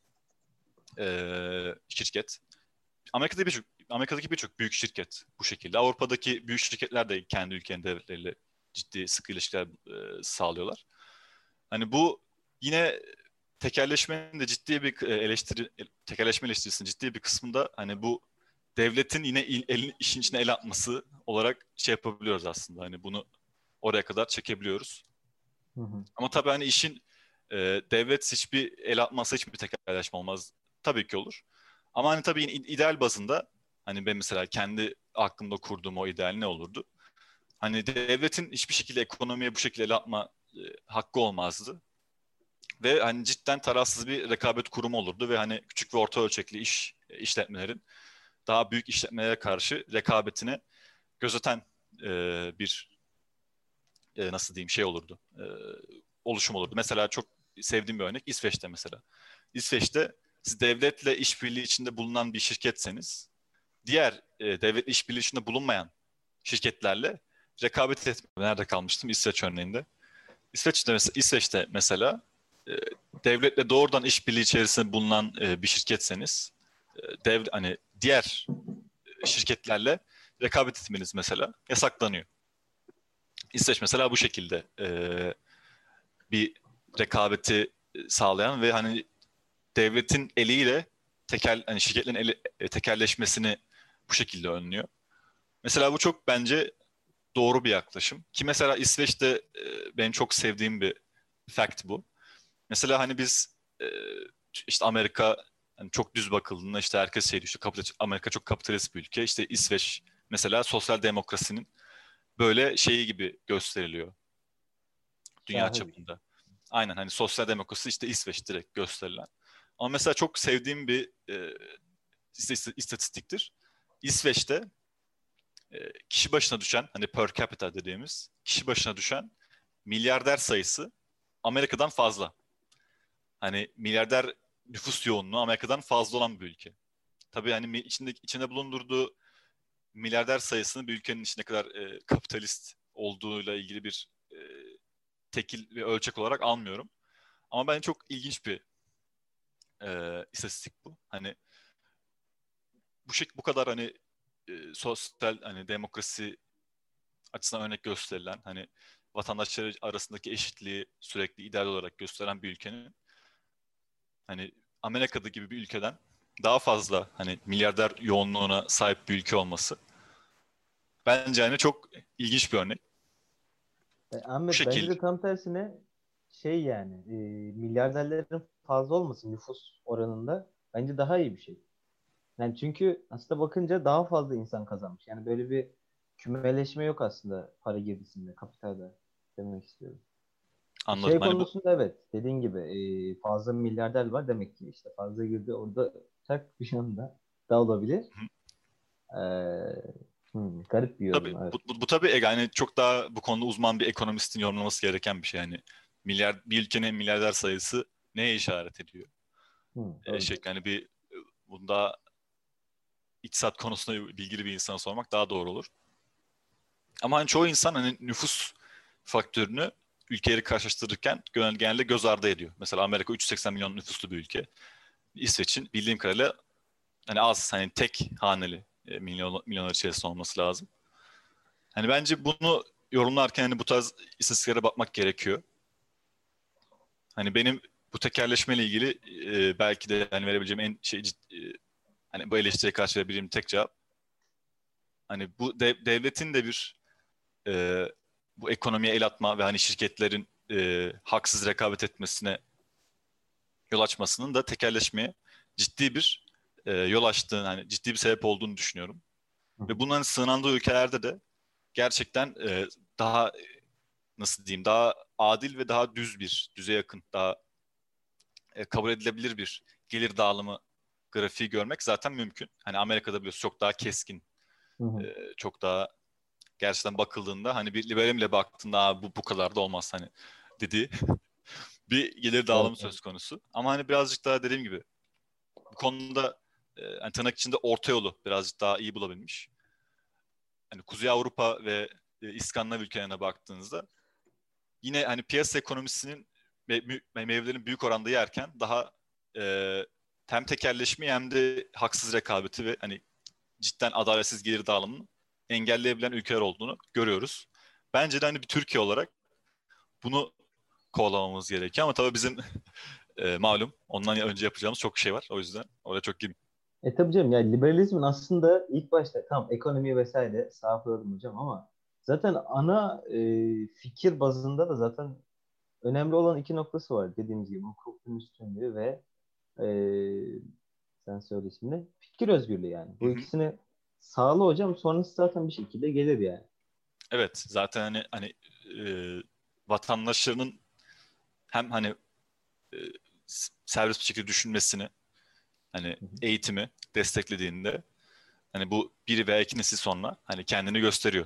Speaker 6: e, şirket. Amerika'da birçok Amerika'daki birçok büyük şirket bu şekilde. Avrupa'daki büyük şirketler de kendi ülkenin devletleriyle ciddi sıkı ilişkiler e, sağlıyorlar. Hani bu yine tekelleşmenin de ciddi bir eleştiri, tekelleşme eleştirisinin ciddi bir kısmında hani bu devletin yine il, elin, işin içine el atması olarak şey yapabiliyoruz aslında. Hani bunu oraya kadar çekebiliyoruz.
Speaker 3: Hı hı.
Speaker 6: Ama tabii hani işin e, devlet hiçbir el atmazsa hiçbir tekelleşme olmaz. Tabii ki olur. Ama hani tabii ideal bazında hani ben mesela kendi aklımda kurduğum o ideal ne olurdu? Hani devletin hiçbir şekilde ekonomiye bu şekilde el atma e, hakkı olmazdı. Ve hani cidden tarafsız bir rekabet kurumu olurdu ve hani küçük ve orta ölçekli iş işletmelerin daha büyük işletmelere karşı rekabetini gözeten e, bir e, nasıl diyeyim şey olurdu. E, oluşum olurdu. Mesela çok sevdiğim bir örnek İsveç'te mesela. İsveç'te siz devletle işbirliği içinde bulunan bir şirketseniz diğer e, devletle işbirliği içinde bulunmayan şirketlerle rekabet etme. Nerede kalmıştım? İsveç örneğinde. İsveç'te mesela, İsveç'te mesela e, devletle doğrudan işbirliği içerisinde bulunan e, bir şirketseniz e, dev hani diğer şirketlerle rekabet etmeniz mesela yasaklanıyor. İsveç mesela bu şekilde e, bir rekabeti sağlayan ve hani devletin eliyle tekel hani şirketlerin eli, e, tekelleşmesini bu şekilde önlüyor. Mesela bu çok bence doğru bir yaklaşım. Ki mesela İsveç'te e, benim çok sevdiğim bir fact bu. Mesela hani biz e, işte Amerika hani çok düz bakıldığında işte herkes şey diyor işte kapitalist, Amerika çok kapitalist bir ülke. İşte İsveç mesela sosyal demokrasinin böyle şeyi gibi gösteriliyor dünya
Speaker 3: Şahı.
Speaker 6: çapında. Aynen hani sosyal demokrasi işte İsveç direkt gösterilen. Ama mesela çok sevdiğim bir e, istatistiktir. İsveç'te e, kişi başına düşen hani per capita dediğimiz kişi başına düşen milyarder sayısı Amerika'dan fazla. Hani milyarder nüfus yoğunluğu Amerika'dan fazla olan bir ülke. Tabii hani içinde içinde bulundurduğu milyarder sayısını bir ülkenin içine kadar e, kapitalist olduğuyla ilgili bir e, tekil ve ölçek olarak almıyorum. Ama bence çok ilginç bir e, istatistik bu. Hani bu şey bu kadar hani e, sosyal hani demokrasi açısından örnek gösterilen hani vatandaşları arasındaki eşitliği sürekli ideal olarak gösteren bir ülkenin hani Amerika'da gibi bir ülkeden daha fazla hani milyarder yoğunluğuna sahip bir ülke olması bence hani çok ilginç bir örnek.
Speaker 3: E,
Speaker 6: Bu
Speaker 3: Ahmet bence
Speaker 6: şekil
Speaker 3: de tam tersine şey yani e, milyarderlerin fazla olması nüfus oranında bence daha iyi bir şey. Yani çünkü aslında bakınca daha fazla insan kazanmış. Yani böyle bir kümeleşme yok aslında para girdisinde, kapitalde demek istiyorum.
Speaker 6: anladım.
Speaker 3: Şey
Speaker 6: Hani bu
Speaker 3: konusunda evet dediğin gibi e, fazla milyarder var demek ki işte fazla girdi orada tak bir anda da olabilir.
Speaker 6: Hı.
Speaker 3: Ee, hmm, garip bir
Speaker 6: tabii
Speaker 3: yorum evet.
Speaker 6: bu, bu, bu tabii yani çok daha bu konuda uzman bir ekonomistin yorumlaması gereken bir şey. Yani milyar bir ülkenin milyarder sayısı neye işaret ediyor?
Speaker 3: Hmm,
Speaker 6: E,
Speaker 3: doğru
Speaker 6: şey,
Speaker 3: diyorsun.
Speaker 6: yani bir bunda iktisat konusunda bilgili bir insana sormak daha doğru olur. Ama hani çoğu insan hani nüfus faktörünü ülkeleri karşılaştırırken genelde göz ardı ediyor. Mesela Amerika üç yüz seksen milyon nüfuslu bir ülke. İsveç'in bildiğim kadarıyla hani az hani tek haneli e, milyon milyonlar içerisinde olması lazım. Hani bence bunu yorumlarken hani bu tarz istatistiklere bakmak gerekiyor. Hani benim bu tekelleşmeyle ilgili e, belki de hani verebileceğim en şey cid- e, hani bu eleştiriye karşı verebileceğim tek cevap hani bu dev- devletin de bir e, bu ekonomiye el atma ve hani şirketlerin e, haksız rekabet etmesine yol açmasının da tekelleşmeye ciddi bir e, yol açtığını, hani ciddi bir sebep olduğunu düşünüyorum.
Speaker 3: Hı hı.
Speaker 6: Ve bunların sığınandığı ülkelerde de gerçekten e, daha nasıl diyeyim daha adil ve daha düz bir, düze yakın, daha e, kabul edilebilir bir gelir dağılımı grafiği görmek zaten mümkün. Hani Amerika'da biliyorsun çok daha keskin,
Speaker 3: Hı hı.
Speaker 6: e, çok daha gerçekten bakıldığında hani bir liberal bile baktığında Aa, bu bu kadar da olmaz hani dediği bir gelir
Speaker 3: Evet,
Speaker 6: dağılımı
Speaker 3: evet.
Speaker 6: söz konusu. Ama hani birazcık daha dediğim gibi bu konuda e, yani tırnak içinde orta yolu birazcık daha iyi bulabilmiş. Hani Kuzey Avrupa ve e, İskandinav ülkelerine baktığınızda yine hani piyasa ekonomisinin me- meyvelerin büyük oranda yerken daha e, hem tekelleşmeyi hem de haksız rekabeti ve hani cidden adaletsiz gelir dağılımını engelleyebilen ülkeler olduğunu görüyoruz. Bence de hani bir Türkiye olarak bunu kovalamamız gerekiyor ama tabii bizim e, malum ondan önce yapacağımız çok şey var. O yüzden oraya çok girmeyeyim.
Speaker 3: E tabii canım, yani liberalizmin aslında ilk başta tam ekonomi vesaire sağ koyalım hocam ama zaten ana e, fikir bazında da zaten önemli olan iki noktası var dediğimiz gibi hukukun üstünlüğü ve e, sen söyle şimdi fikir özgürlüğü yani.
Speaker 6: Hı
Speaker 3: Bu
Speaker 6: hı.
Speaker 3: ikisini sağla hocam, sonrası zaten bir şekilde gelir yani.
Speaker 6: Evet, zaten hani hani e, vatandaşlarının hem hani e, serbest bir şekilde düşünmesini, hani eğitimi desteklediğinde hani bu bir veya iki nesil sonra hani kendini gösteriyor.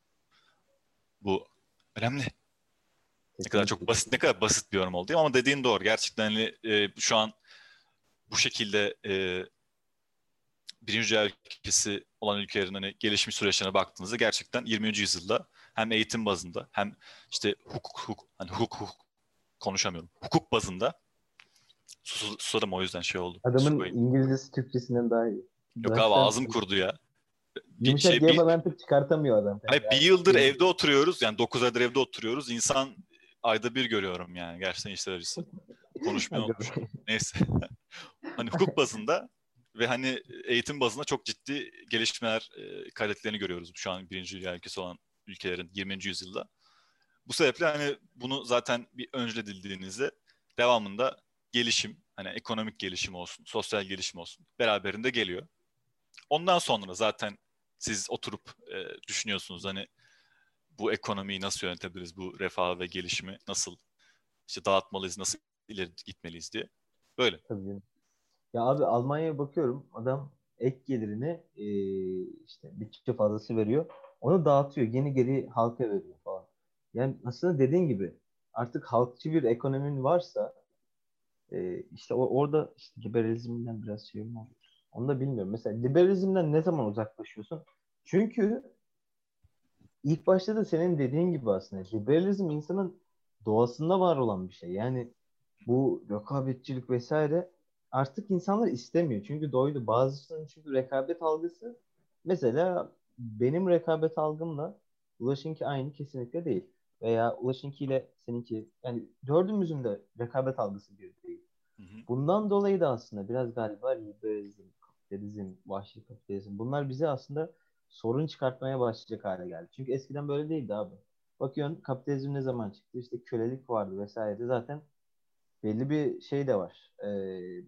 Speaker 6: Bu önemli. Ne kadar çok basit, ne kadar basit bir yorum oldu ama dediğin doğru. Gerçekten hani, e, şu an bu şekilde e, birinci dünya ülkesi olan ülkelerin hani gelişmiş süreçlerine baktığınızda gerçekten yirminci yüzyılda hem eğitim bazında hem işte hukuk, hukuk hani hukuk, hukuk konuşamıyorum. Hukuk bazında sus, susadım o yüzden şey oldu. Su
Speaker 3: Adamın
Speaker 6: koyayım.
Speaker 3: İngilizcesi Türkçesinden daha iyi.
Speaker 6: Yok abi
Speaker 3: Baştan
Speaker 6: ağzım kurudu ya. Bir
Speaker 3: yumuşak
Speaker 6: şey
Speaker 3: G
Speaker 6: bir,
Speaker 3: bağlantı çıkartamıyor adam.
Speaker 6: hani bir
Speaker 3: Yani,
Speaker 6: yıldır
Speaker 3: yani,
Speaker 6: evde oturuyoruz. Yani dokuz aydır evde oturuyoruz. İnsan ayda bir görüyorum yani. Gerçekten işler acısı. Konuşmayı
Speaker 3: Hadi
Speaker 6: unutmuşum.
Speaker 3: be.
Speaker 6: Neyse. Hani hukuk bazında ve hani eğitim bazında çok ciddi gelişmeler e, kaydettiklerini görüyoruz şu an birinci dünya ülkesi olan ülkelerin yirminci yüzyılda. Bu sebeple hani bunu zaten bir öncüledildiğinizde devamında gelişim, hani ekonomik gelişim olsun, sosyal gelişim olsun beraberinde geliyor. Ondan sonra zaten siz oturup e, düşünüyorsunuz hani bu ekonomiyi nasıl yönetebiliriz, bu refah ve gelişimi nasıl işte dağıtmalıyız, nasıl ileri gitmeliyiz diye. Böyle.
Speaker 3: tabii canım. Ya abi Almanya'ya bakıyorum. Adam ek gelirini e, işte bütçe fazlası veriyor. Onu dağıtıyor. Yeni geri halka veriyor falan. Yani aslında dediğin gibi artık halkçı bir ekonomin varsa e, işte o, orada işte liberalizmden biraz şey mi oluyor? Onu da bilmiyorum. Mesela liberalizmden ne zaman uzaklaşıyorsun? Çünkü ilk başta da senin dediğin gibi aslında liberalizm insanın doğasında var olan bir şey. Yani bu rekabetçilik vesaire artık insanlar istemiyor. Çünkü doydu. Bazısının çünkü rekabet algısı mesela benim rekabet algımla Ulaş'ınki aynı kesinlikle değil. Veya Ulaş'ınkiyle seninki yani dördümüzün de rekabet algısı bir değil.
Speaker 6: Hı hı.
Speaker 3: Bundan dolayı da aslında biraz galiba liberalizm, kapitalizm, vahşi kapitalizm bunlar bize aslında sorun çıkartmaya başlayacak hale geldi. Çünkü eskiden böyle değildi abi. Bakıyorsun kapitalizm ne zaman çıktı? İşte kölelik vardı vesaire. Zaten belli bir şey de var. Ee,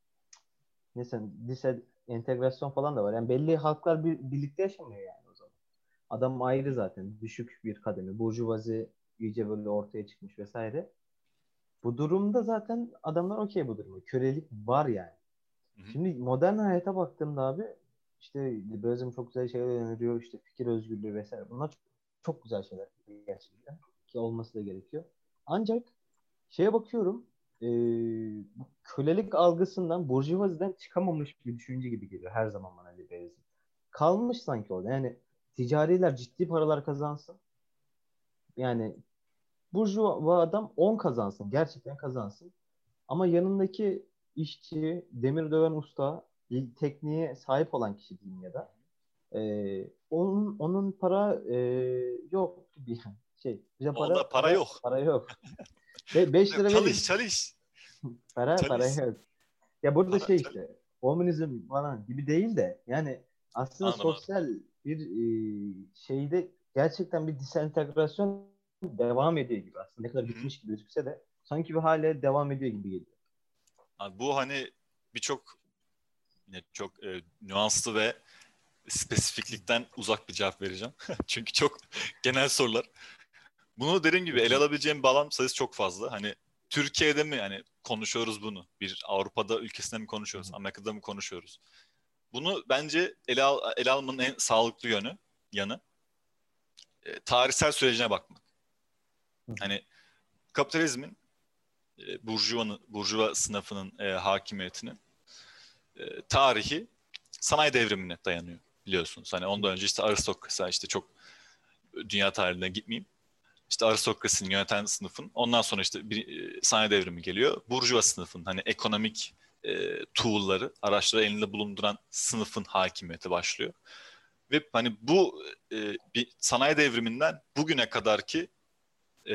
Speaker 3: neyse lise entegrasyon falan da var. Yani belli halklar bir, birlikte yaşamıyor yani o zaman. Adam ayrı zaten. Düşük bir kademe. Burjuvazi iyice böyle ortaya çıkmış vesaire. Bu durumda zaten adamlar okey bu duruma. Kölelik var yani.
Speaker 6: Hı hı.
Speaker 3: Şimdi modern hayata baktığımda abi işte liberalizm çok güzel şeyler öneriyor. İşte fikir özgürlüğü vesaire. Bunlar çok, çok güzel şeyler gerçekten. Ki olması da gerekiyor. Ancak şeye bakıyorum e, bu kölelik algısından burjuvaziden çıkamamış bir düşünce gibi geliyor her zaman bana liberalizm. Kalmış sanki orada. Yani ticariler ciddi paralar kazansın. Yani burjuva adam on kazansın. Gerçekten kazansın. Ama yanındaki işçi, demir döven usta, tekniğe sahip olan kişi diyeyim ya da e, onun onun para e, yok gibi yani. Şey, bize
Speaker 6: Onda
Speaker 3: para
Speaker 6: para
Speaker 3: para
Speaker 6: yok.
Speaker 3: para yok. Ve beş lira
Speaker 6: Çalış
Speaker 3: vereyim.
Speaker 6: çalış.
Speaker 3: Para para
Speaker 6: Çalış.
Speaker 3: yok. Ya burada
Speaker 6: Para
Speaker 3: şey
Speaker 6: çalış.
Speaker 3: işte komünizm falan gibi değil de yani aslında
Speaker 6: Anladım anladım.
Speaker 3: sosyal bir e, şeyde gerçekten bir disentegrasyon devam ediyor gibi aslında. Ne kadar
Speaker 6: Hı hı.
Speaker 3: bitmiş gibi gözükse de sanki bir hale devam ediyor gibi geliyor.
Speaker 6: Abi bu hani birçok yine çok e, nüanslı ve spesifiklikten uzak bir cevap vereceğim. Çünkü çok genel sorular. Bunu dediğim gibi ele alabileceğim bir alan sayısı çok fazla. Hani Türkiye'de mi yani konuşuyoruz bunu? Bir Avrupa'da ülkesinde mi konuşuyoruz? Amerika'da mı konuşuyoruz? Bunu bence ele, al, ele almanın en sağlıklı yönü, yanı e, tarihsel sürecine bakmak. Hani kapitalizmin, e, burjuvanın, burjuva sınıfının e, hakimiyetinin e, tarihi sanayi devrimine dayanıyor biliyorsunuz. Hani ondan önce işte aristokrasi, işte çok dünya tarihine gitmeyeyim. İşte aristokrasinin yöneten sınıfın, ondan sonra işte bir e, sanayi devrimi geliyor. Burjuva sınıfın, hani ekonomik e, tool'ları, araçları elinde bulunduran sınıfın hakimiyeti başlıyor. Ve hani bu e, bir sanayi devriminden bugüne kadar ki e,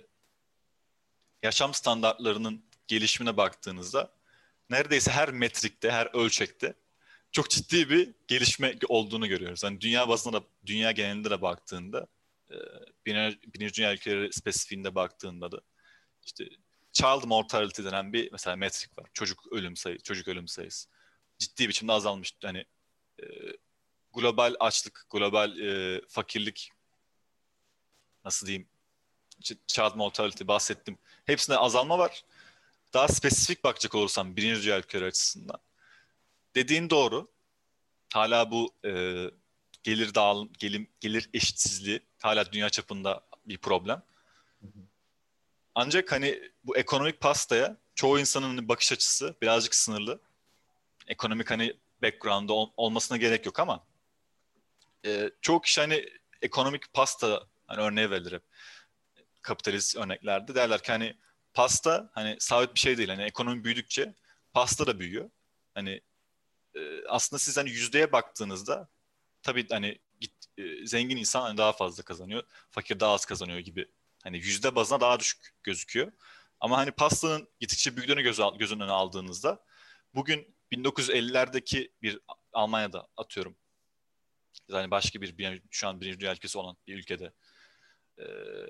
Speaker 6: yaşam standartlarının gelişimine baktığınızda neredeyse her metrikte, her ölçekte çok ciddi bir gelişme olduğunu görüyoruz. Hani dünya bazında da, dünya genelinde de baktığında, e, birinci, birinci dünya ülkeleri spesifiğinde baktığında da işte child mortality denen bir mesela metrik var. Çocuk ölüm sayısı, çocuk ölüm sayısı ciddi biçimde azalmış. Hani e, global açlık, global e, fakirlik, nasıl diyeyim, işte child mortality bahsettim. Hepsinde azalma var. Daha spesifik bakacak olursam birinci dünya ülkeleri açısından, dediğin doğru. Hala bu e, gelir dağılım, gelir, gelir eşitsizliği hala dünya çapında bir problem. Ancak hani bu ekonomik pastaya çoğu insanın bakış açısı birazcık sınırlı. Ekonomik hani background'da ol, olmasına gerek yok ama e, çoğu kişi hani ekonomik pasta hani örneği verilir hep kapitalist örneklerde, derler ki hani pasta hani sabit bir şey değil. Hani ekonomi büyüdükçe pasta da büyüyor. Hani e, aslında siz hani yüzdeye baktığınızda tabii hani git, e, zengin insan hani daha fazla kazanıyor, fakir daha az kazanıyor gibi. Hani yüzde bazına daha düşük gözüküyor. Ama hani pastanın gittikçe büyüdüğünü göz, göz önüne aldığınızda bugün bin dokuz yüz ellilerdeki bir Almanya'da atıyorum, yani başka bir, bir şu an birinci dünya ülkesi olan bir ülkede e,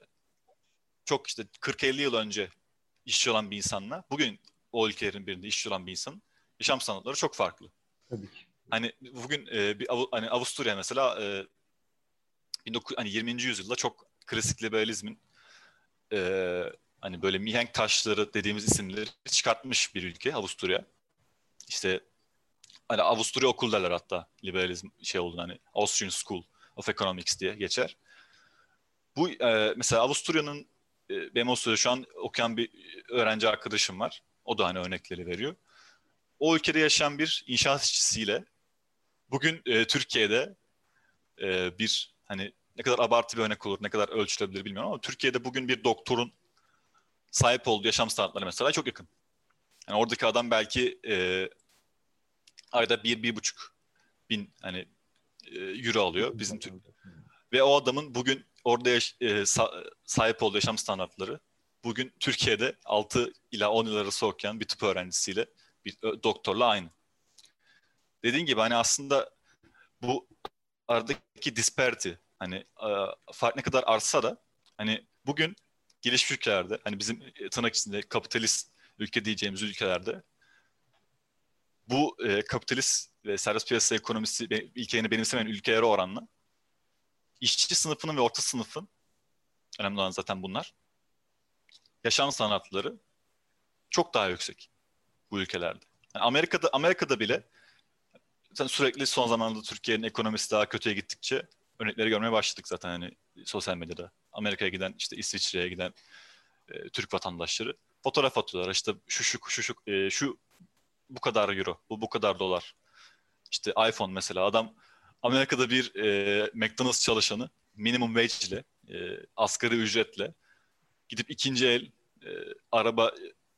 Speaker 6: çok işte kırk elli yıl önce işçi olan bir insanla bugün o ülkelerin birinde işçi olan bir insanın yaşam standartları çok farklı.
Speaker 3: Tabii ki.
Speaker 6: Hani bugün e, bir Av- hani Avusturya mesela e, bin dokuz yüz, hani yirminci yüzyılda çok klasik liberalizmin e, hani böyle mihenk taşları dediğimiz isimleri çıkartmış bir ülke Avusturya. İşte hani Avusturya okul derler hatta, liberalizm şey oldu, hani Austrian School of Economics diye geçer. Bu e, mesela Avusturya'nın e, benim Avusturya'da şu an okuyan bir öğrenci arkadaşım var. O da hani örnekleri veriyor. O ülkede yaşayan bir inşaat işçisiyle bugün e, Türkiye'de e, bir, hani ne kadar abartı bir örnek olur, ne kadar ölçülebilir bilmiyorum ama Türkiye'de bugün bir doktorun sahip olduğu yaşam standartları mesela çok yakın. Yani oradaki adam belki e, ayda bir, bir buçuk bin hani e, euro alıyor bizim Türk, ve o adamın bugün orada yaş- e, sa- sahip olduğu yaşam standartları bugün Türkiye'de altı ila on yıl arası okuyan bir tıp öğrencisiyle, bir ö- doktorla aynı. Dediğin gibi hani aslında bu aradaki disparity, hani e, fark ne kadar artsa da hani bugün gelişmiş ülkelerde, hani bizim e, tırnak içinde kapitalist ülke diyeceğimiz ülkelerde bu e, kapitalist ve serbest piyasa ekonomisi be- ilkelerini benimsemeyen ülkelere oranla işçi sınıfının ve orta sınıfın, önemli olan zaten bunlar, yaşam sanatları çok daha yüksek bu ülkelerde. Yani Amerika'da Amerika'da bile zaten sürekli son zamanlarda Türkiye'nin ekonomisi daha kötüye gittikçe örnekleri görmeye başladık zaten hani sosyal medyada. Amerika'ya giden, işte İsviçre'ye giden e, Türk vatandaşları fotoğraf atıyorlar. İşte şu şu şu şu e, şu bu kadar euro, bu bu kadar dolar. İşte iPhone mesela, adam Amerika'da bir e, McDonald's çalışanı minimum wage ile, e, asgari ücretle gidip ikinci el e, araba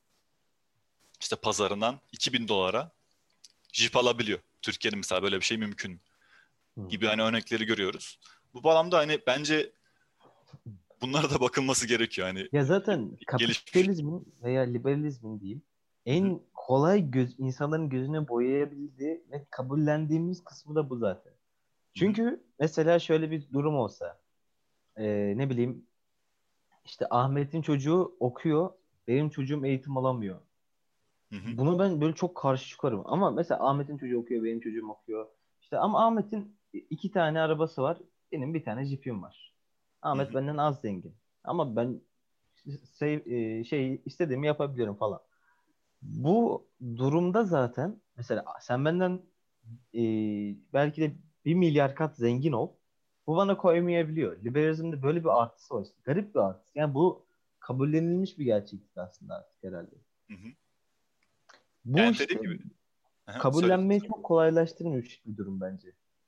Speaker 6: işte pazarından iki bin dolara Jeep alabiliyor. Türkiye'de mesela böyle bir şey mümkün gibi hani örnekleri görüyoruz. Bu bağlamda hani bence bunlara da bakılması gerekiyor. Hani
Speaker 3: Ya zaten
Speaker 6: gelişmiş.
Speaker 3: kapitalizmin veya liberalizmin diyeyim
Speaker 6: Hı hı,
Speaker 3: en kolay göz, insanların gözüne boyayabildiği ve kabullendiğimiz kısmı da bu zaten.
Speaker 6: hı hı,
Speaker 3: Çünkü mesela şöyle bir durum olsa, e, ne bileyim, işte Ahmet'in çocuğu okuyor, benim çocuğum eğitim alamıyor.
Speaker 6: hı hı,
Speaker 3: Buna ben böyle çok karşı çıkarım. Ama mesela Ahmet'in çocuğu okuyor, benim çocuğum okuyor. İşte ama Ahmet'in iki tane arabası var, benim bir tane jipim var.
Speaker 6: hı
Speaker 3: Ahmet
Speaker 6: hı.
Speaker 3: benden az zengin. Ama ben şey, e, şey istediğimi yapabilirim falan. Bu durumda zaten mesela sen benden e, belki de bir milyar kat zengin ol. Bu bana koymayabiliyor. Liberalizmde böyle bir artısı var. İşte. Garip bir artısı. Yani bu kabullenilmiş bir gerçeklik aslında artık herhalde.
Speaker 6: Hı hı.
Speaker 3: Bu
Speaker 6: Yani
Speaker 3: işte
Speaker 6: dediğim gibi. Aha, söyle.
Speaker 3: kabullenmeyi çok kolaylaştırmış bir durum bence.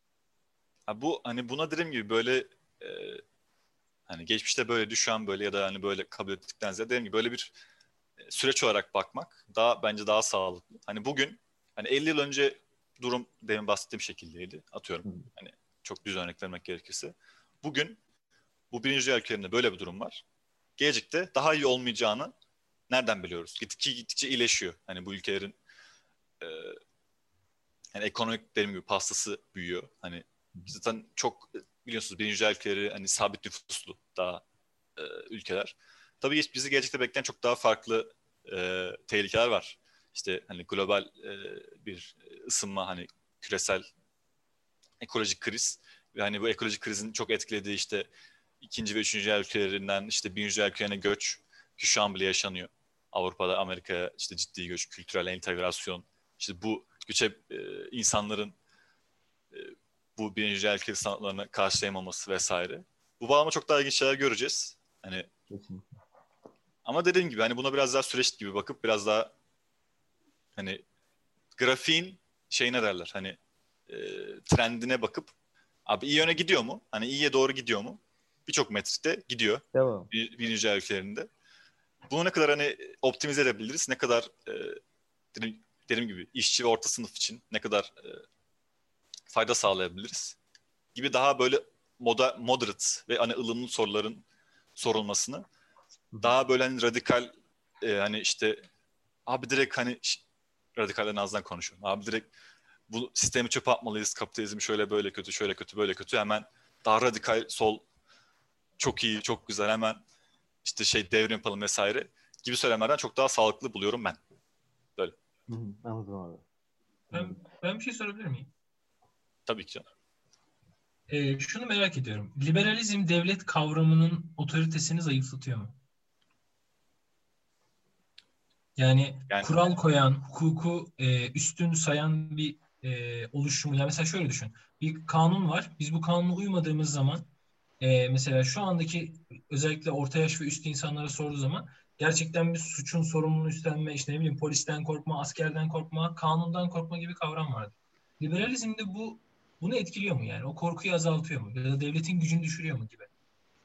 Speaker 6: Ha, bu hani buna dediğim gibi böyle e, hani geçmişte böyle şu an böyle ya da hani böyle kabul ettikten ziyade dediğim gibi böyle bir e, süreç olarak bakmak daha bence daha sağlıklı. Hani bugün hani elli yıl önce durum demin bahsettiğim şekildeydi. Atıyorum.
Speaker 3: Hı.
Speaker 6: Hani çok düz örnek vermek gerekirse. Bugün bu birinci dünya ülkelerinde böyle bir durum var. Gelecekte daha iyi olmayacağını nereden biliyoruz? Gittikçe gittikçe iyileşiyor. Hani bu ülkelerin e, yani ekonomik dediğim gibi pastası büyüyor. Hani zaten çok biliyorsunuz birinci dünya ülkeleri hani sabit nüfuslu daha e, ülkeler. Tabii geç- bizi gelecekte bekleyen çok daha farklı e, tehlikeler var. İşte hani global e, bir ısınma, hani küresel ekolojik kriz ve hani bu ekolojik krizin çok etkilediği işte ikinci ve üçüncü dünya ülkelerinden işte birinci dünya ülkelerine göç ki şu an bile yaşanıyor. Avrupa'da, Amerika'ya işte ciddi göç, kültürel entegrasyon, işte bu göçe e, insanların e, bu birinci dünya ülkeleri sanatlarını karşılayamaması vesaire. Bu bağlamda çok daha ilginç şeyler göreceğiz. Hani
Speaker 3: Kesinlikle.
Speaker 6: ama dediğim gibi hani buna biraz daha süreç gibi bakıp biraz daha hani grafiğin şeyine derler hani e, trendine bakıp abi iyi yöne gidiyor mu? Hani iyiye doğru gidiyor mu? Birçok metrikte gidiyor
Speaker 3: Devam.
Speaker 6: bir, birinci dünya ülkelerinde. Bunu ne kadar hani optimize edebiliriz? Ne kadar e, dediğim, dediğim gibi işçi ve orta sınıf için ne kadar e, fayda sağlayabiliriz? Gibi daha böyle moda, moderate ve hani ılımlı soruların sorulmasını daha böyle hani radikal e, hani işte abi direkt hani radikallerin ağzından konuşuyorum. Abi direkt bu sistemi çöpe atmalıyız. Kapitalizm şöyle böyle kötü, şöyle kötü, böyle kötü. Hemen daha radikal sol çok iyi, çok güzel hemen işte şey devrim yapalım vesaire gibi söylemlerden çok daha sağlıklı buluyorum ben. Böyle.
Speaker 3: Hı hı, anladım abi.
Speaker 5: Ben, ben bir şey sorabilir miyim?
Speaker 6: Tabii ki.
Speaker 5: Ee, şunu merak ediyorum. Liberalizm devlet kavramının otoritesini zayıflatıyor mu? Yani
Speaker 6: Yani
Speaker 5: kural koyan, hukuku e, üstün sayan bir e, oluşum. Yani mesela şöyle düşün. Bir kanun var. Biz bu kanuna uymadığımız zaman e, mesela şu andaki özellikle orta yaş ve üstü insanlara sorduğu zaman gerçekten bir suçun sorumluluğunu üstlenme, işte ne bileyim polisten korkma, askerden korkma, kanundan korkma gibi kavram vardı. Liberalizmde bu bunu etkiliyor mu yani? O korkuyu azaltıyor mu? Ya da devletin gücünü düşürüyor mu gibi?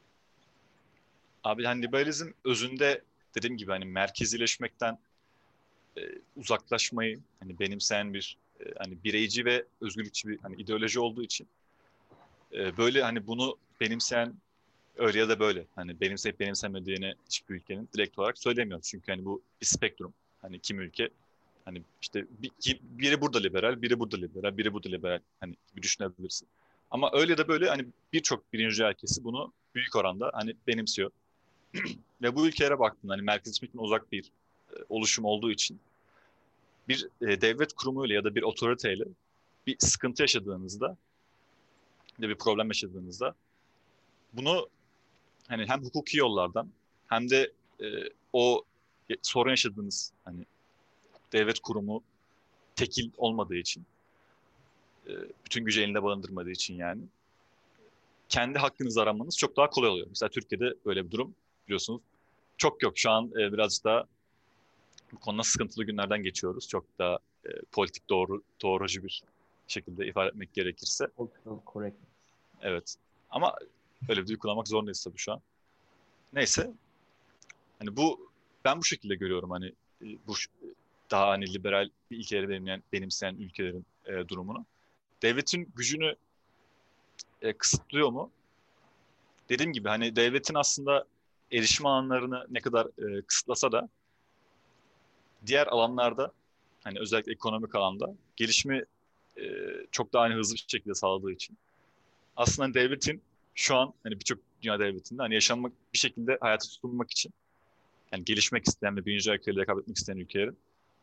Speaker 6: abi hani liberalizm özünde dediğim gibi hani merkezileşmekten e, uzaklaşmayı hani benimseyen bir e, hani bireyci ve özgürlükçü bir hani ideoloji olduğu için e, böyle hani bunu benimseyen öyle ya da böyle. Hani benimseyip benimsemediğini hiçbir ülkenin direkt olarak söylemiyoruz. Çünkü hani bu bir spektrum. Hani kim ülke hani işte bir, ki- biri burada liberal, biri burada liberal, biri burada liberal hani gibi düşünebilirsin. Ama öyle ya da böyle hani birçok birinci ülkesi bunu büyük oranda hani benimsiyor. Ve bu ülkelere baktığında hani merkezleşmekten uzak bir e, oluşum olduğu için bir e, devlet kurumuyla ya da bir otoriteyle bir sıkıntı yaşadığınızda ya bir problem yaşadığınızda bunu hani hem hukuki yollardan hem de e, o sorun yaşadığınız hani devlet kurumu tekil olmadığı için e, bütün gücü elinde barındırmadığı için yani kendi hakkınızı aramanız çok daha kolay oluyor. Mesela Türkiye'de böyle bir durum biliyorsunuz çok yok. Şu an e, birazcık daha bu konuda sıkıntılı günlerden geçiyoruz. Çok daha e, politik doğru doğrucu bir şekilde ifade etmek gerekirse.
Speaker 3: Political correct.
Speaker 6: Evet. Ama öyle bir dil kullanmak zorundayız tabii şu an. Neyse. Hani bu ben bu şekilde görüyorum hani e, bu daha hani liberal bir ilkeleri benimleyen, benimseyen ülkelerin e, durumunu. Devletin gücünü e, kısıtlıyor mu? Dediğim gibi hani devletin aslında erişim alanlarını ne kadar e, kısıtlasa da diğer alanlarda hani özellikle ekonomik alanda gelişimi e, çok daha hani hızlı bir şekilde sağladığı için aslında hani devletin şu an hani birçok dünya devletinde hani yaşanmak bir şekilde hayata tutunmak için yani gelişmek isteyen ve birinci ülkeyle rekabet etmek isteyen ülkelerin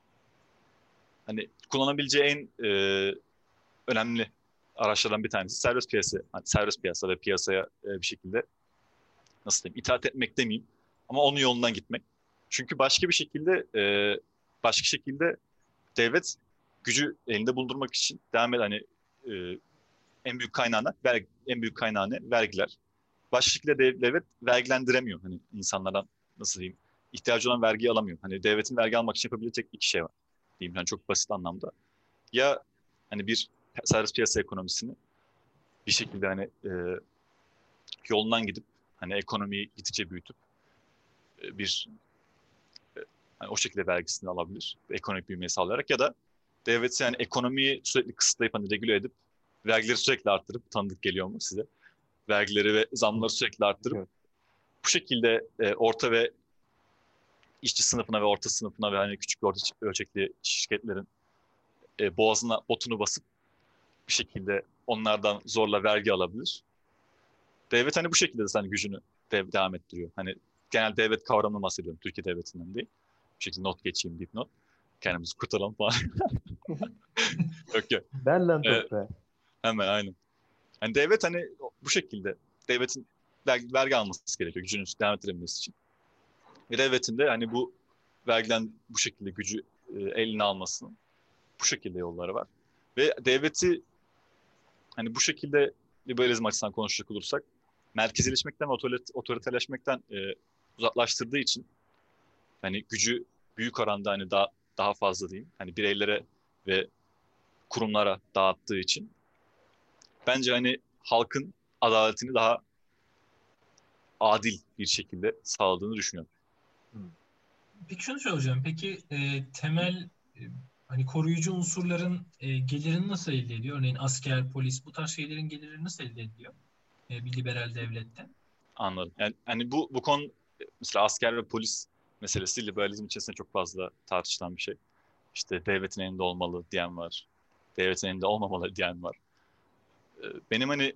Speaker 6: hani kullanabileceği en e, önemli araçlardan bir tanesi serbest piyasa. Hani serbest piyasa ve piyasaya e, bir şekilde nasıl diyeyim itaat etmek demeyeyim ama onun yolundan gitmek. Çünkü başka bir şekilde e, başka şekilde devlet gücü elinde bulundurmak için devam eden hani e, en büyük kaynağına vergi, en büyük kaynağı ne? Vergiler. Başka şekilde devlet vergilendiremiyor hani insanlardan nasıl diyeyim ihtiyacı olan vergiyi alamıyor. Hani devletin vergi almak için yapabileceği tek iki şey var diyeyim yani çok basit anlamda. ya hani bir serbest piyasa ekonomisini bir şekilde hani e, yolundan gidip hani ekonomiyi gittikçe büyütüp e, bir e, hani o şekilde vergisini alabilir. Ekonomik büyümeyi sağlayarak ya da devlet yani ekonomiyi sürekli kısıtlayıp hani regüle edip vergileri sürekli arttırıp tanıdık geliyor mu size? Vergileri ve zamları sürekli arttırıp
Speaker 3: Evet.
Speaker 6: bu şekilde e, orta ve işçi sınıfına ve orta sınıfına ve hani küçük ve orta ölçekli şirketlerin e, boğazına botunu basıp bir şekilde onlardan zorla vergi alabilir. Devlet hani bu şekilde de hani gücünü dev, devam ettiriyor. Hani genel devlet kavramını bahsediyorum. Türkiye devletinden değil. Bir şekilde not geçeyim deyip not. Kendimizi kurtaralım falan. Yok yok.
Speaker 3: Ver lan
Speaker 6: Evet,
Speaker 3: toprağı.
Speaker 6: hemen aynen. Hani devlet hani bu şekilde devletin vergi, vergi alması gerekiyor gücünü devam ettirebilmesi için. Ve devletin de hani bu vergiden bu şekilde gücü e, eline almasının bu şekilde yolları var. Ve devleti hani bu şekilde liberalizm açısından konuşacak olursak merkezileşmekten ve otorit- otoriterleşmekten e, uzaklaştırdığı için hani gücü büyük oranda hani daha daha fazla diyeyim. Hani bireylere ve kurumlara dağıttığı için bence hani halkın adaletini daha adil bir şekilde sağladığını düşünüyorum.
Speaker 5: Peki şunu soracağım. Peki e, temel e, hani koruyucu unsurların e, gelirini nasıl elde ediyor? Örneğin asker, polis bu tarz şeylerin gelirini nasıl elde ediliyor? E, bir liberal devlette.
Speaker 6: Anladım. Yani hani bu bu konu mesela asker ve polis meselesi liberalizm içerisinde çok fazla tartışılan bir şey. İşte devletin elinde olmalı diyen var. Devletin elinde olmamalı diyen var. Ee, Benim hani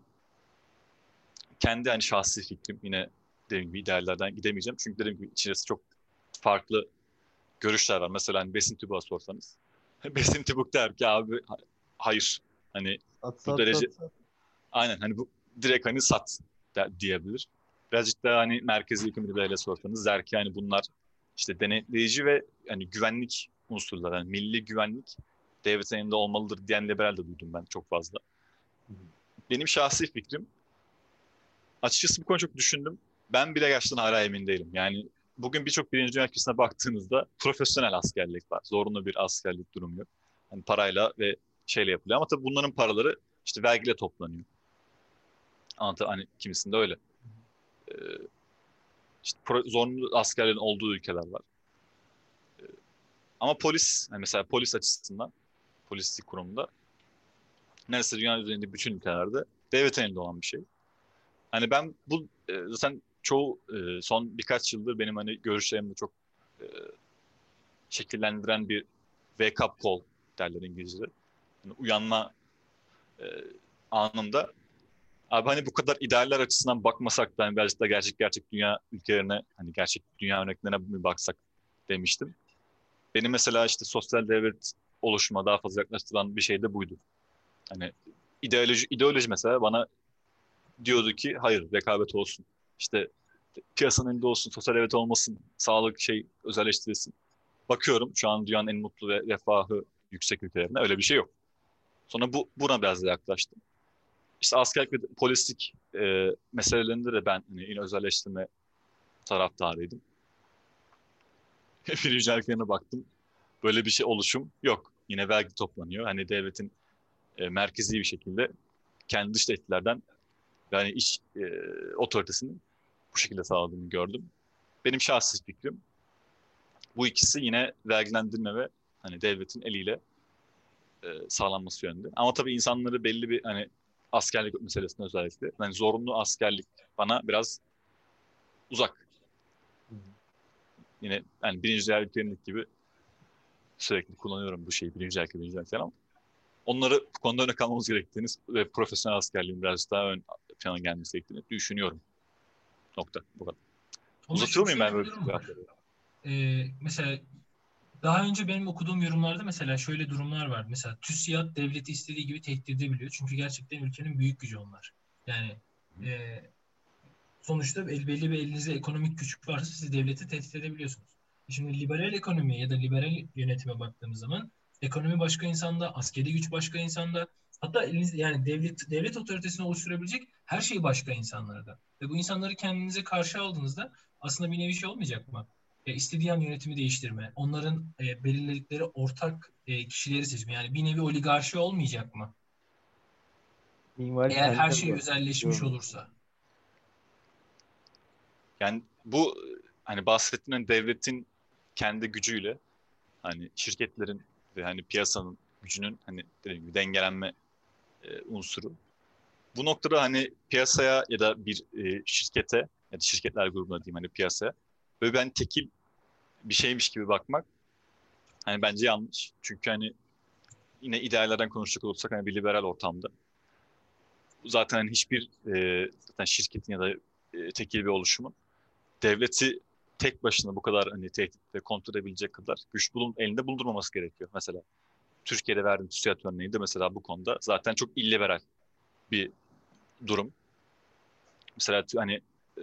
Speaker 6: kendi hani şahsi fikrim yine dediğim gibi ideallerden gidemeyeceğim. Çünkü dediğim gibi içerisinde çok farklı görüşler var. Mesela hani Besim Tübük'e sorsanız. Besim Tübük der ki abi hayır. Hani
Speaker 3: At
Speaker 6: bu
Speaker 3: sat
Speaker 6: derece
Speaker 3: sat sat.
Speaker 6: aynen hani bu direkt hani sat de, diyebilir. Birazcık daha hani merkezi hükümeti böyle sorsanız der ki hani bunlar işte denetleyici ve hani güvenlik unsurları. Yani milli güvenlik devletin elinde olmalıdır diyen liberal de duydum ben çok fazla. Benim şahsi fikrim açıkçası bu konu çok düşündüm. Ben bile gerçekten hala emin değilim. Yani bugün birçok birinci Dünya ülkesine baktığınızda profesyonel askerlik var. Zorunlu bir askerlik durumu yok. Hani parayla ve şeyle yapılıyor. Ama tabii bunların paraları işte vergiyle toplanıyor. Ama tabii hani kimisinde öyle. Ee, işte pro- zorunlu askerlerin olduğu ülkeler var. Ee, ama polis, yani mesela polis açısından, polislik kurumunda neredeyse dünya üzerinde bütün ülkelerde devletin elinde olan bir şey. Hani ben bu e, zaten çoğu e, son birkaç yıldır benim hani görüşlerimi çok e, şekillendiren bir wake up call derler İngilizce'de. Yani uyanma e, anında abi hani bu kadar idealler açısından bakmasak da hani birazcık da gerçek gerçek dünya ülkelerine hani gerçek dünya örneklerine mi baksak demiştim. Benim mesela işte sosyal devlet oluşuma daha fazla yaklaştıran bir şey de buydu. Hani ideoloji, ideoloji mesela bana diyordu ki hayır rekabet olsun. İşte piyasanın elinde olsun, sosyal devlet olmasın, sağlık şey özelleştirilsin. Bakıyorum şu an dünyanın en mutlu ve refahı yüksek ülkelerinde öyle bir şey yok. Sonra bu buna biraz da yaklaştım. İşte askerlik ve polislik e, meselelerinde de ben hani yine özelleştirme taraftarıydım. Birinci ülkelerine baktım. Böyle bir şey oluşum yok. Yine vergi toplanıyor. Hani devletin e, merkezi bir şekilde kendi dış tehditlerden yani iş e, otoritesini bu şekilde sağladığını gördüm. Benim şahsi fikrim bu ikisi yine vergilendirme ve hani devletin eliyle e, sağlanması yönünde. Ama tabii insanları belli bir hani askerlik meselesinde özellikle hani zorunlu askerlik bana biraz uzak. Yine yani birinci dünya ülkelerindeki gibi sürekli kullanıyorum bu şeyi birinci dünya birinci dünya ama onları bu konuda öne kalmamız gerektiğini ve profesyonel askerliğin biraz daha ön plana gelmesi gerektiğini düşünüyorum. Nokta. Bu kadar.
Speaker 5: Ama
Speaker 6: Uzatıyor
Speaker 5: şu
Speaker 6: muyum
Speaker 5: şöyle
Speaker 6: ben
Speaker 5: bir
Speaker 6: böyle
Speaker 5: durum var.
Speaker 6: cevapları?
Speaker 5: Ee, mesela daha önce benim okuduğum yorumlarda mesela şöyle durumlar var. Mesela TÜSİAD devleti istediği gibi tehdit edebiliyor. Çünkü gerçekten ülkenin büyük gücü onlar. Yani e, sonuçta el, belli bir elinizde ekonomik güç varsa siz devleti tehdit edebiliyorsunuz. Şimdi liberal ekonomiye ya da liberal yönetime baktığımız zaman ekonomi başka insanda, askeri güç başka insanda, hatta elinizde yani devlet devlet otoritesini oluşturabilecek her şey başka insanlarda. Ve bu insanları kendinize karşı aldığınızda aslında bir nevi şey olmayacak mı? e, istediği an yönetimi değiştirme, onların e, belirledikleri ortak e, kişileri seçme. Yani bir nevi oligarşi olmayacak mı?
Speaker 3: Minval
Speaker 5: Eğer her
Speaker 3: kentler
Speaker 5: şey
Speaker 3: var.
Speaker 5: özelleşmiş
Speaker 3: Diyorum.
Speaker 5: olursa.
Speaker 6: Yani bu hani bahsettiğin devletin kendi gücüyle hani şirketlerin ve hani piyasanın gücünün hani dediğim gibi dengelenme e, unsuru. Bu noktada hani piyasaya ya da bir e, şirkete ya da şirketler grubuna diyeyim hani piyasaya böyle ben tekil bir şeymiş gibi bakmak hani bence yanlış. Çünkü hani yine ideallerden konuşacak olursak hani bir liberal ortamda zaten hani hiçbir e, zaten şirketin ya da e, tekil bir oluşumun devleti tek başına bu kadar hani tehdit ve kontrol edebilecek kadar güç bulun elinde bulundurmaması gerekiyor. Mesela Türkiye'de verdiğim TÜSİAD örneği de mesela bu konuda zaten çok illiberal bir durum. Mesela hani e,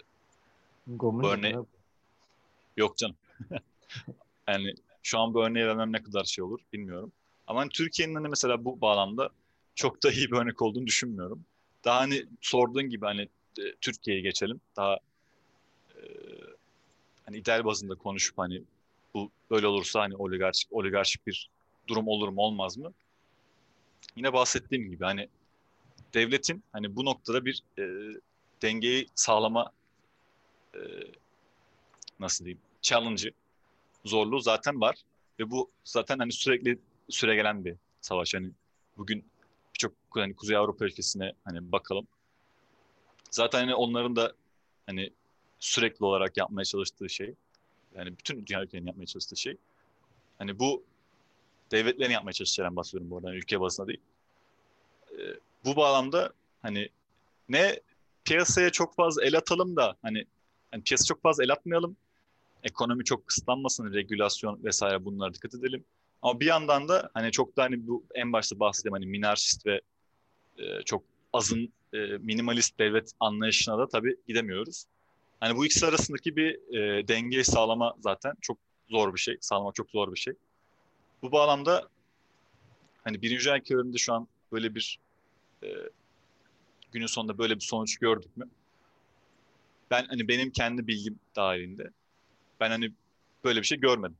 Speaker 6: bu
Speaker 3: Komünizm
Speaker 6: örneği
Speaker 3: mi?
Speaker 6: yok canım. Yani şu an bu örneği vermem ne kadar şey olur bilmiyorum. Ama hani Türkiye'nin hani mesela bu bağlamda çok da iyi bir örnek olduğunu düşünmüyorum. Daha hani sorduğun gibi hani e, Türkiye'ye geçelim. Daha e, hani ideal bazında konuşup hani bu böyle olursa hani oligarşik oligarşik bir durum olur mu olmaz mı? Yine bahsettiğim gibi hani devletin hani bu noktada bir e, dengeyi sağlama e, nasıl diyeyim challenge'ı, zorluğu zaten var ve bu zaten hani sürekli süregelen bir savaş. Hani bugün birçok hani Kuzey Avrupa ülkesine hani bakalım. Zaten hani onların da hani sürekli olarak yapmaya çalıştığı şey, yani bütün dünya ülkelerinin yapmaya çalıştığı şey, hani bu devletlerin yapmaya çalışacağından bahsediyorum bu arada, hani ülke bazında değil. Ee, bu bağlamda hani ne piyasaya çok fazla el atalım da hani, hani piyasa çok fazla el atmayalım. Ekonomi çok kısıtlanmasın, regülasyon vesaire bunlara dikkat edelim. Ama bir yandan da hani çok da hani bu en başta bahsettiğim hani minarşist ve e, çok azın e, minimalist devlet anlayışına da tabii gidemiyoruz. Hani bu ikisi arasındaki bir e, dengeyi sağlama zaten çok zor bir şey. Sağlamak çok zor bir şey. Bu bağlamda hani birinci Dünya Ülkelerinde şu an böyle bir e, günün sonunda böyle bir sonuç gördük mü? Ben hani benim kendi bilgim dahilinde ben hani böyle bir şey görmedim.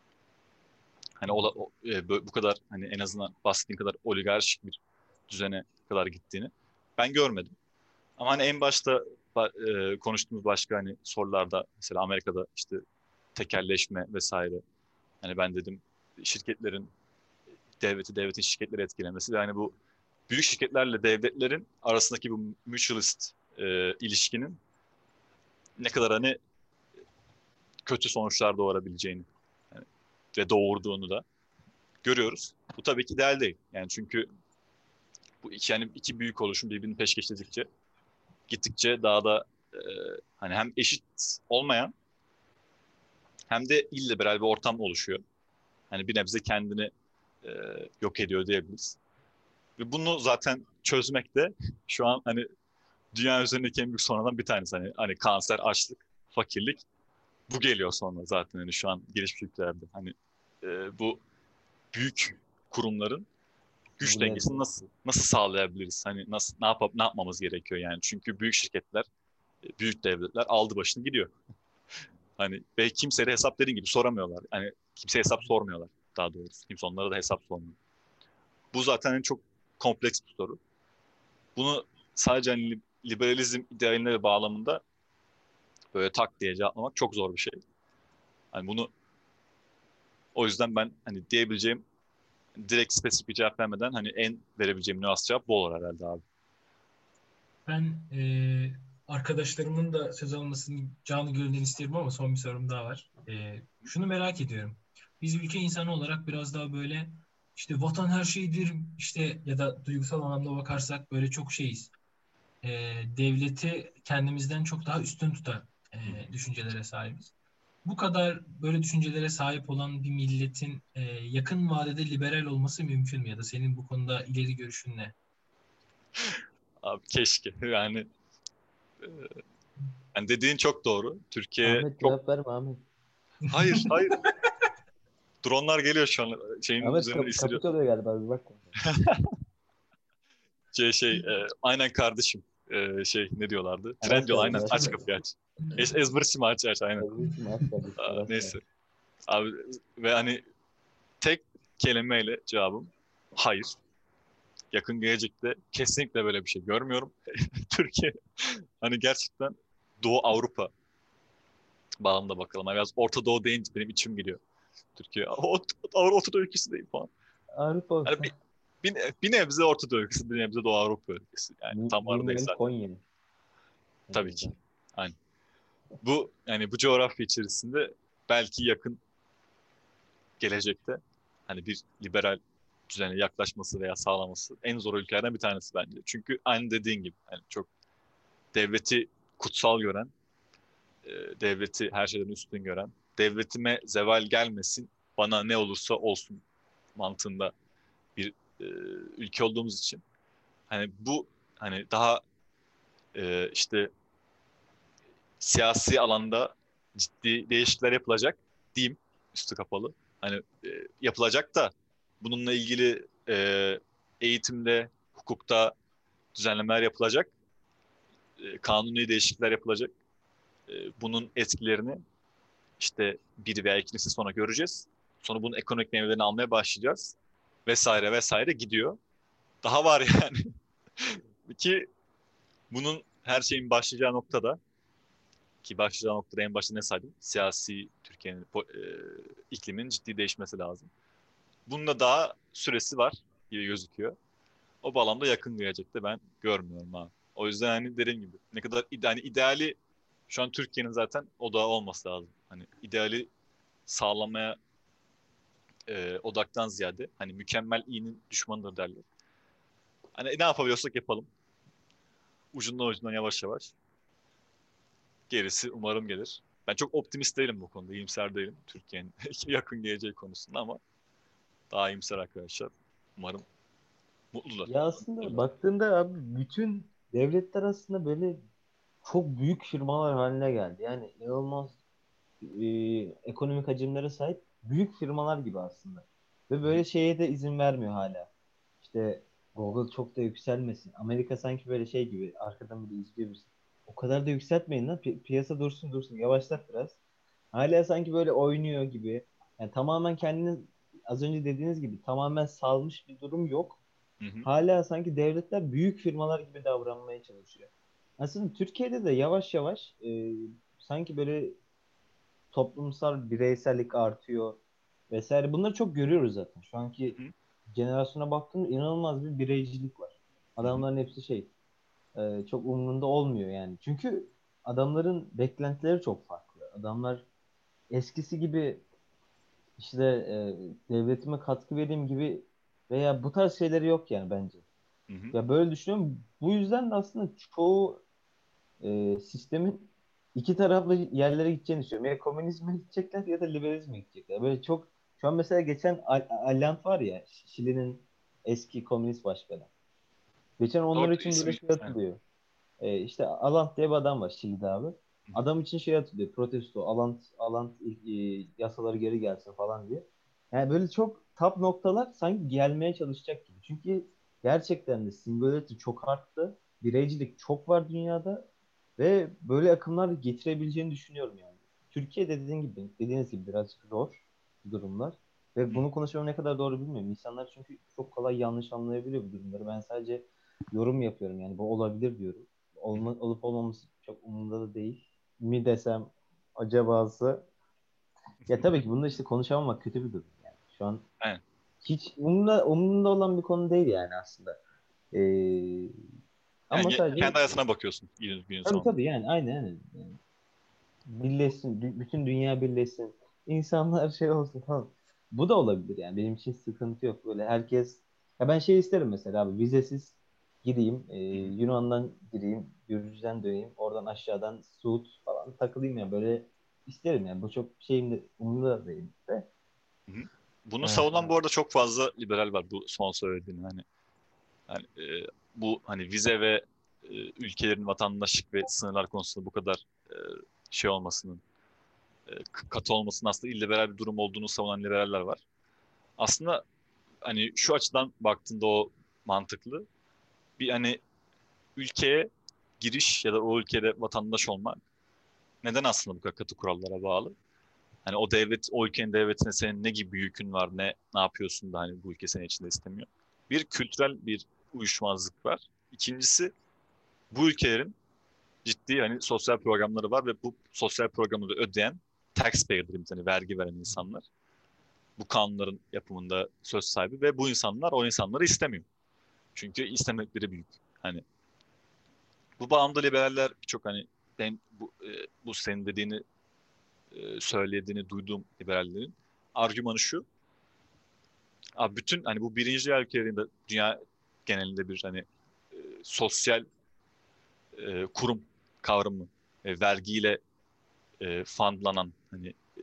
Speaker 6: Hani ola, o, e, bu kadar hani en azından bahsettiğin kadar oligarşik bir düzene kadar gittiğini ben görmedim. Ama hani en başta e, konuştuğumuz başka hani sorularda mesela Amerika'da işte tekelleşme vesaire. Hani ben dedim şirketlerin devleti devletin şirketleri etkilemesi ve hani bu büyük şirketlerle devletlerin arasındaki bu mutualist e, ilişkinin ne kadar hani kötü sonuçlar doğurabileceğini yani, ve doğurduğunu da görüyoruz. Bu tabii ki ideal değil. Yani çünkü bu iki yani iki büyük oluşum birbirini peşkeşledikçe gittikçe daha da e, hani hem eşit olmayan hem de illiberal bir ortam oluşuyor. Hani bir nebze kendini e, yok ediyor diyebiliriz. Ve bunu zaten çözmek de şu an hani dünya üzerindeki en büyük sorunlardan bir tanesi. Hani, hani kanser, açlık, fakirlik bu geliyor sonra zaten hani şu an gelişmiş ülkelerde. Hani e, bu büyük kurumların güç
Speaker 3: Millet.
Speaker 6: dengesini nasıl nasıl sağlayabiliriz? Hani nasıl ne yapıp ne yapmamız gerekiyor yani? Çünkü büyük şirketler, büyük devletler aldı başını gidiyor. Hani ve kimseye de hesap dediğin gibi soramıyorlar. Hani kimseye hesap sormuyorlar daha doğrusu. Kimse onlara da hesap sormuyor. Bu zaten hani çok kompleks bir soru. Bunu sadece hani liberalizm idealine ve bağlamında böyle tak diye cevaplamak çok zor bir şey. Hani bunu o yüzden ben hani diyebileceğim direkt spesifik cevap vermeden hani en verebileceğim nüans cevap bu olur herhalde abi.
Speaker 5: Ben e, arkadaşlarımın da söz almasını canı gönülden isterim ama son bir sorum daha var. E, şunu merak ediyorum. Biz ülke insanı olarak biraz daha böyle işte vatan her şeydir işte ya da duygusal anlamda bakarsak böyle çok şeyiz. E, devleti kendimizden çok daha üstün tutar e, düşüncelere sahibiz. Bu kadar böyle düşüncelere sahip olan bir milletin e, yakın vadede liberal olması mümkün mü? Ya da senin bu konuda ileri görüşün ne?
Speaker 6: Abi keşke yani, e, yani dediğin çok doğru. Türkiye
Speaker 3: Ahmet
Speaker 6: çok
Speaker 3: cevap verme Ahmet.
Speaker 6: hayır hayır dronlar geliyor şu an şeyin
Speaker 3: Ahmet
Speaker 6: üzerinde
Speaker 3: kap kapı
Speaker 6: istiriyor.
Speaker 3: çalıyor galiba, bir bak.
Speaker 6: Şey, şey e, aynen kardeşim. E, şey ne diyorlardı?
Speaker 3: Aras
Speaker 6: Tren diyor
Speaker 3: kardeşim
Speaker 6: aynen aç
Speaker 3: açsana.
Speaker 6: kapıyı aç. Es ezberçi maç aç aynen.
Speaker 3: Ezberçi maç tabii.
Speaker 6: Aa, neyse. Abi ve hani tek kelimeyle cevabım hayır. Yakın gelecekte kesinlikle böyle bir şey görmüyorum. Türkiye hani gerçekten Doğu Avrupa bağlamda bakalım. Biraz Orta Doğu deyince benim içim geliyor. Türkiye Orta, Orta Doğu ülkesi değil falan.
Speaker 3: Avrupa olsun.
Speaker 6: Yani bir, bir, bir nebze Orta Doğu ülkesi, bir nebze Doğu Avrupa ülkesi. Yani tam aradayız zaten.
Speaker 3: Konya.
Speaker 6: Tabii ki. Aynen. Bu yani bu coğrafya içerisinde belki yakın gelecekte hani bir liberal düzene yaklaşması veya sağlaması en zor ülkelerden bir tanesi bence. Çünkü aynı dediğin gibi yani çok devleti kutsal gören, e, devleti her şeyden üstün gören, devletime zeval gelmesin, bana ne olursa olsun mantığında bir e, ülke olduğumuz için hani bu hani daha e, işte siyasi alanda ciddi değişiklikler yapılacak diyeyim üstü kapalı. Hani e, yapılacak da bununla ilgili e, eğitimde, hukukta düzenlemeler yapılacak, e, kanuni değişiklikler yapılacak. E, bunun etkilerini işte bir veya iki nesil sonra göreceğiz. Sonra bunun ekonomik meyvelerini almaya başlayacağız. Vesaire vesaire gidiyor. Daha var yani. Ki bunun her şeyin başlayacağı noktada ki başlayacağı noktada en başta ne saydım? Siyasi Türkiye'nin e, iklimin ciddi değişmesi lazım. Bunun da daha süresi var gibi gözüküyor. O bağlamda yakın gelecekte ben görmüyorum abi. O yüzden hani dediğim gibi ne kadar ide hani ideali şu an Türkiye'nin zaten odağı olması lazım. Hani ideali sağlamaya e, odaktan ziyade hani mükemmel iyinin düşmanıdır derler. Hani ne yapabiliyorsak yapalım. Ucundan ucundan yavaş yavaş. Gerisi umarım gelir. Ben çok optimist değilim bu konuda. İyimser değilim Türkiye'nin yakın geleceği konusunda ama daha iyimser arkadaşlar. Umarım mutlular.
Speaker 3: Ya aslında baktığında abi bütün devletler aslında böyle çok büyük firmalar haline geldi. Yani inanılmaz e, ekonomik hacimlere sahip büyük firmalar gibi aslında. Ve böyle şeye de izin vermiyor hala. İşte Google çok da yükselmesin. Amerika sanki böyle şey gibi arkadan biri izliyor birisi. O kadar da yükseltmeyin lan. Pi- piyasa dursun dursun. Yavaşlat biraz. Hala sanki böyle oynuyor gibi. Yani tamamen kendini az önce dediğiniz gibi tamamen salmış bir durum yok.
Speaker 6: Hı hı.
Speaker 3: Hala sanki devletler büyük firmalar gibi davranmaya çalışıyor. Aslında Türkiye'de de yavaş yavaş e, sanki böyle toplumsal bireysellik artıyor vesaire. Bunları çok görüyoruz zaten. Şu anki
Speaker 6: Hı hı.
Speaker 3: jenerasyona baktığımda inanılmaz bir bireycilik var.
Speaker 6: Hı hı.
Speaker 3: Adamların hepsi şey e, çok umurunda olmuyor yani. Çünkü adamların beklentileri çok farklı. Adamlar eskisi gibi işte e, devletime katkı vereyim gibi veya bu tarz şeyleri yok yani bence.
Speaker 6: Hı hı.
Speaker 3: Ya böyle düşünüyorum. Bu yüzden de aslında çoğu e, sistemin iki taraflı yerlere gideceğini düşünüyorum. Ya komünizme gidecekler ya da liberalizme gidecekler. Böyle çok şu an mesela geçen Al- Allant var ya Şili'nin eski komünist başkanı. Geçen onlar
Speaker 6: Doğru
Speaker 3: için böyle
Speaker 6: ismi.
Speaker 3: şey
Speaker 6: Yani.
Speaker 3: atılıyor. E, işte Alant diye bir adam var Şili'de abi.
Speaker 6: Hı hı.
Speaker 3: Adam için şey atılıyor. Protesto. Alant, Alant e, yasaları geri gelsin falan diye. Yani böyle çok tap noktalar sanki gelmeye çalışacak gibi. Çünkü gerçekten de singularity çok arttı. Bireycilik çok var dünyada. Ve böyle akımlar getirebileceğini düşünüyorum yani. Türkiye dediğin gibi, dediğiniz gibi birazcık zor durumlar. Ve bunu konuşmam ne kadar doğru bilmiyorum. İnsanlar çünkü çok kolay yanlış anlayabiliyor bu durumları. Ben sadece yorum yapıyorum yani bu olabilir diyorum. Olma, olup olmaması çok umurumda da değil. Mi desem acabası. Ya tabii ki bunda işte konuşamamak kötü bir durum yani. Şu an
Speaker 6: Aynen.
Speaker 3: hiç umurumda, umurumda olan bir konu değil yani aslında. Ee, ama
Speaker 6: Yani
Speaker 3: sadece
Speaker 6: kendi hayatına bakıyorsun günün, günün
Speaker 3: tabii
Speaker 6: sonunda.
Speaker 3: tabii yani aynen aynen. Yani birleşsin, dü- bütün dünya birleşsin. İnsanlar şey olsun falan. Bu da olabilir yani. Benim için sıkıntı yok. Böyle herkes ya ben şey isterim mesela abi vizesiz gideyim. e,
Speaker 6: Hı hı.
Speaker 3: Yunan'dan gireyim. Gürcü'den döneyim. Oradan aşağıdan Suud falan takılayım ya. Böyle isterim yani. Bu çok şeyim de umurumda da değil de.
Speaker 6: Hı hı. Bunu savunan bu
Speaker 3: Ee,
Speaker 6: arada çok fazla liberal var bu son söylediğin hani. Yani e, bu hani vize ve e, ülkelerin vatandaşlık ve sınırlar konusunda bu kadar e, şey olmasının e, k- katı olmasının aslında illiberal bir durum olduğunu savunan liberaller var. Aslında hani şu açıdan baktığında o mantıklı. Bir hani ülkeye giriş ya da o ülkede vatandaş olmak neden aslında bu kadar katı kurallara bağlı? Hani o devlet, o ülkenin devletine senin ne gibi bir yükün var, ne ne yapıyorsun da hani bu ülke senin içinde istemiyor. Bir kültürel bir uyuşmazlık var. İkincisi bu ülkelerin ciddi hani sosyal programları var ve bu sosyal programları ödeyen taxpayer dediğimiz hani vergi veren insanlar. Bu kanunların yapımında söz sahibi ve bu insanlar o insanları istemiyor. Çünkü istemekleri büyük. Hani bu bağımda liberaller çok hani ben bu, e, bu senin dediğini e, söylediğini duyduğum liberallerin argümanı şu. Abi bütün hani bu birinci dünya ülkelerinde dünya genelinde bir hani e, sosyal e, kurum kavramı e, vergiyle e, fundlanan hani e,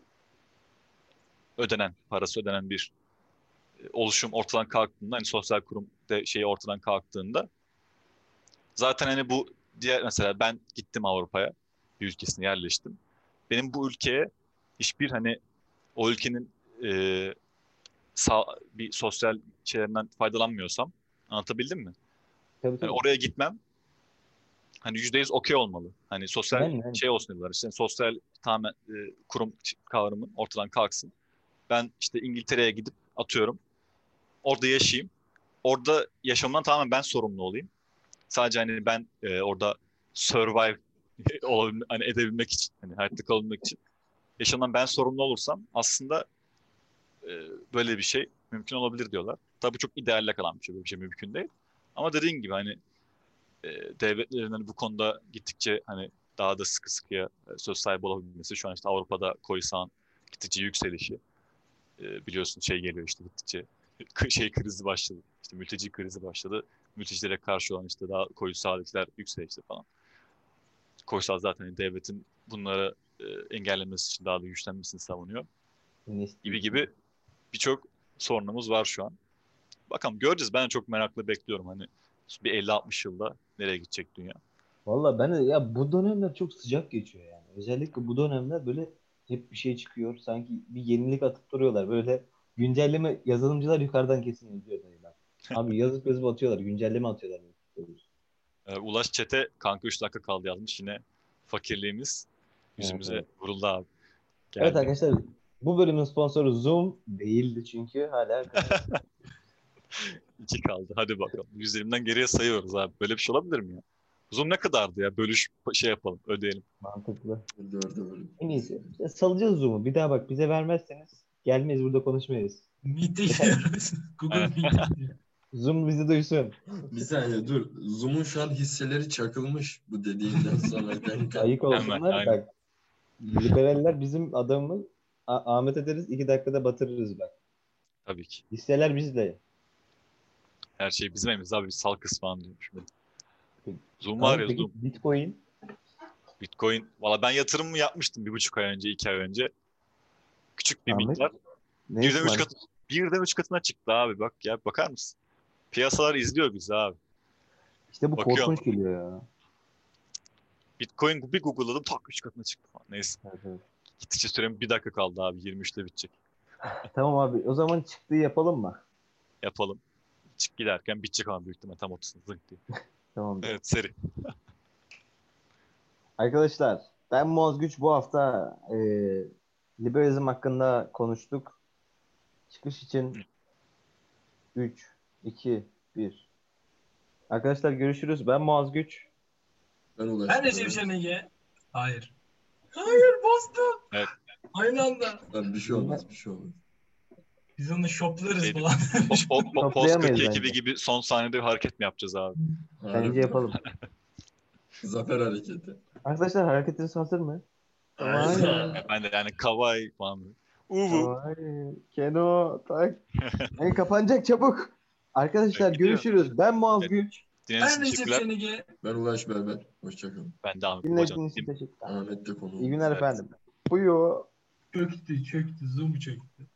Speaker 6: ödenen parası ödenen bir e, oluşum ortadan kalktığında hani sosyal kurum de şeyi ortadan kalktığında zaten hani bu diğer mesela ben gittim Avrupa'ya bir ülkesine yerleştim. Benim bu ülkeye hiçbir hani o ülkenin e, sağ, bir sosyal şeylerinden faydalanmıyorsam anlatabildim mi?
Speaker 3: Tabii
Speaker 6: Hani
Speaker 3: tabii.
Speaker 6: oraya gitmem hani yüzde yüz okey olmalı. Hani sosyal
Speaker 3: Yani, yani.
Speaker 6: şey olsun diyorlar. İşte sosyal tamamen e, kurum kavramı ortadan kalksın. Ben işte İngiltere'ye gidip atıyorum. Orada yaşayayım. Orada yaşamdan tamamen ben sorumlu olayım. Sadece hani ben e, orada survive olabilme, hani edebilmek için, hani hayatta kalabilmek için yaşamdan ben sorumlu olursam aslında e, böyle bir şey mümkün olabilir diyorlar. Tabii çok idealle kalan bir şey, böyle bir şey mümkün değil. Ama dediğin gibi hani e, devletlerin hani bu konuda gittikçe hani daha da sıkı sıkıya e, söz sahibi olabilmesi şu an işte Avrupa'da koyu sağın gittikçe yükselişi e, biliyorsun şey geliyor işte gittikçe şey krizi başladı. İşte mülteci krizi başladı. Mültecilere karşı olan işte daha koyu sağdakiler yükselişti falan. Koyu sağ zaten hani devletin bunları e, engellemesi için daha da güçlenmesini savunuyor. Gibi gibi birçok sorunumuz var şu an. Bakalım göreceğiz. Ben de çok merakla bekliyorum hani bir elli altmış yılda nereye gidecek dünya.
Speaker 3: Valla ben de ya bu dönemler çok sıcak geçiyor yani. Özellikle bu dönemler böyle hep bir şey çıkıyor. Sanki bir yenilik atıp duruyorlar. Böyle güncelleme yazılımcılar yukarıdan kesin yazıyor dayılar. Abi yazıp yazıp atıyorlar. Güncelleme atıyorlar.
Speaker 6: Ee, Ulaş Çete kanka üç dakika kaldı yazmış. Yine fakirliğimiz
Speaker 3: Evet,
Speaker 6: yüzümüze
Speaker 3: evet.
Speaker 6: vuruldu abi.
Speaker 3: Evet
Speaker 6: Geldi.
Speaker 3: arkadaşlar bu bölümün sponsoru Zoom değildi çünkü hala
Speaker 6: İki kaldı. Hadi bakalım. yüz yirmiden geriye sayıyoruz abi. Böyle bir şey olabilir mi ya? Zoom ne kadardı ya? Bölüş şey yapalım. Ödeyelim.
Speaker 3: mantıklı.
Speaker 1: Dörde bölüm.
Speaker 3: En iyisi. İşte salacağız Zoom'u. Bir daha bak bize vermezseniz gelmeyiz burada konuşmayız.
Speaker 5: Meet'e
Speaker 3: Yeter.
Speaker 5: gidiyoruz. Google
Speaker 6: Aynen.
Speaker 5: Meet'e gidiyoruz.
Speaker 3: Zoom bizi duysun.
Speaker 1: Bir saniye dur. Zoom'un şu an hisseleri çakılmış bu dediğinden sonra kanka.
Speaker 3: Ayık
Speaker 6: Hemen.
Speaker 3: olsunlar.
Speaker 6: Aynen.
Speaker 3: Bak liberaller bizim adamımız. A- Ahmet ederiz. iki dakikada batırırız bak.
Speaker 6: Tabii ki.
Speaker 3: Hisseler bizde.
Speaker 6: Her şey bizim elimizde abi. Biz sal kısmı falan diyormuş. Zoom var
Speaker 3: Kanka
Speaker 6: ya
Speaker 3: peki
Speaker 6: Zoom.
Speaker 3: Bitcoin
Speaker 6: Bitcoin. Valla ben yatırımımı yapmıştım bir buçuk ay önce, iki ay önce. Küçük bir
Speaker 3: Ahmet
Speaker 6: miktar.
Speaker 3: ne
Speaker 6: Birden üç
Speaker 3: ısmarladın?
Speaker 6: kat, birden üç katına çıktı abi bak ya. Bakar mısın? Piyasalar izliyor bizi abi.
Speaker 3: İşte bu
Speaker 6: Bakıyorum.
Speaker 3: korkunç geliyor ya.
Speaker 6: Bitcoin bir Google'ladım tak üç katına çıktı falan. Neyse.
Speaker 3: Evet, evet.
Speaker 6: Gitişe sürem bir dakika kaldı abi. yirmi üçte bitecek.
Speaker 3: Tamam abi o zaman çıktığı yapalım mı?
Speaker 6: Yapalım. Çık giderken bitecek ama büyük ihtimalle tam ortasında zınk diye.
Speaker 3: Tamamdır.
Speaker 6: Evet seri.
Speaker 3: Arkadaşlar ben Muaz Güç bu hafta e, liberalizm hakkında konuştuk. Çıkış için üç, iki, bir. Arkadaşlar görüşürüz. Ben Muaz Güç.
Speaker 1: Ben Ulaş
Speaker 5: Ben Recep
Speaker 1: Mehmet.
Speaker 5: Şenege. Hayır. Hayır bozdum.
Speaker 6: Evet.
Speaker 5: Aynı anda.
Speaker 1: Ben bir şey olmaz bir şey olmaz.
Speaker 5: Biz onu şoplarız
Speaker 6: Şeydi.
Speaker 5: falan.
Speaker 6: Po, po, po, Post
Speaker 3: Toplayamayız
Speaker 6: kırk iki
Speaker 3: bence.
Speaker 6: gibi son sahnede bir hareket mi yapacağız abi?
Speaker 3: Bence
Speaker 1: Harbi.
Speaker 3: yapalım.
Speaker 1: Zafer hareketi.
Speaker 3: Arkadaşlar hareketiniz hazır mı? Vay.
Speaker 1: Hayda.
Speaker 6: Ben de yani kawaii falan. böyle. Uvu.
Speaker 3: Vay. Keno. Tak. Hey, kapanacak çabuk. Arkadaşlar
Speaker 6: Evet, gidiyor.
Speaker 3: görüşürüz. Ben Muaz
Speaker 6: Evet.
Speaker 3: Güç.
Speaker 6: Dinlediğiniz
Speaker 5: Ben
Speaker 6: için
Speaker 5: Recep
Speaker 6: teşekkürler.
Speaker 5: Şenege.
Speaker 1: Ben Ulaş Berber. Hoşçakalın.
Speaker 6: Ben de Ahmet Babacan.
Speaker 3: Dinlediğiniz için teşekkürler.
Speaker 1: Ahmet de
Speaker 3: İyi
Speaker 1: konuğumuz.
Speaker 3: günler
Speaker 6: Evet.
Speaker 3: efendim. Buyur.
Speaker 5: Çöktü çöktü. Zoom çöktü.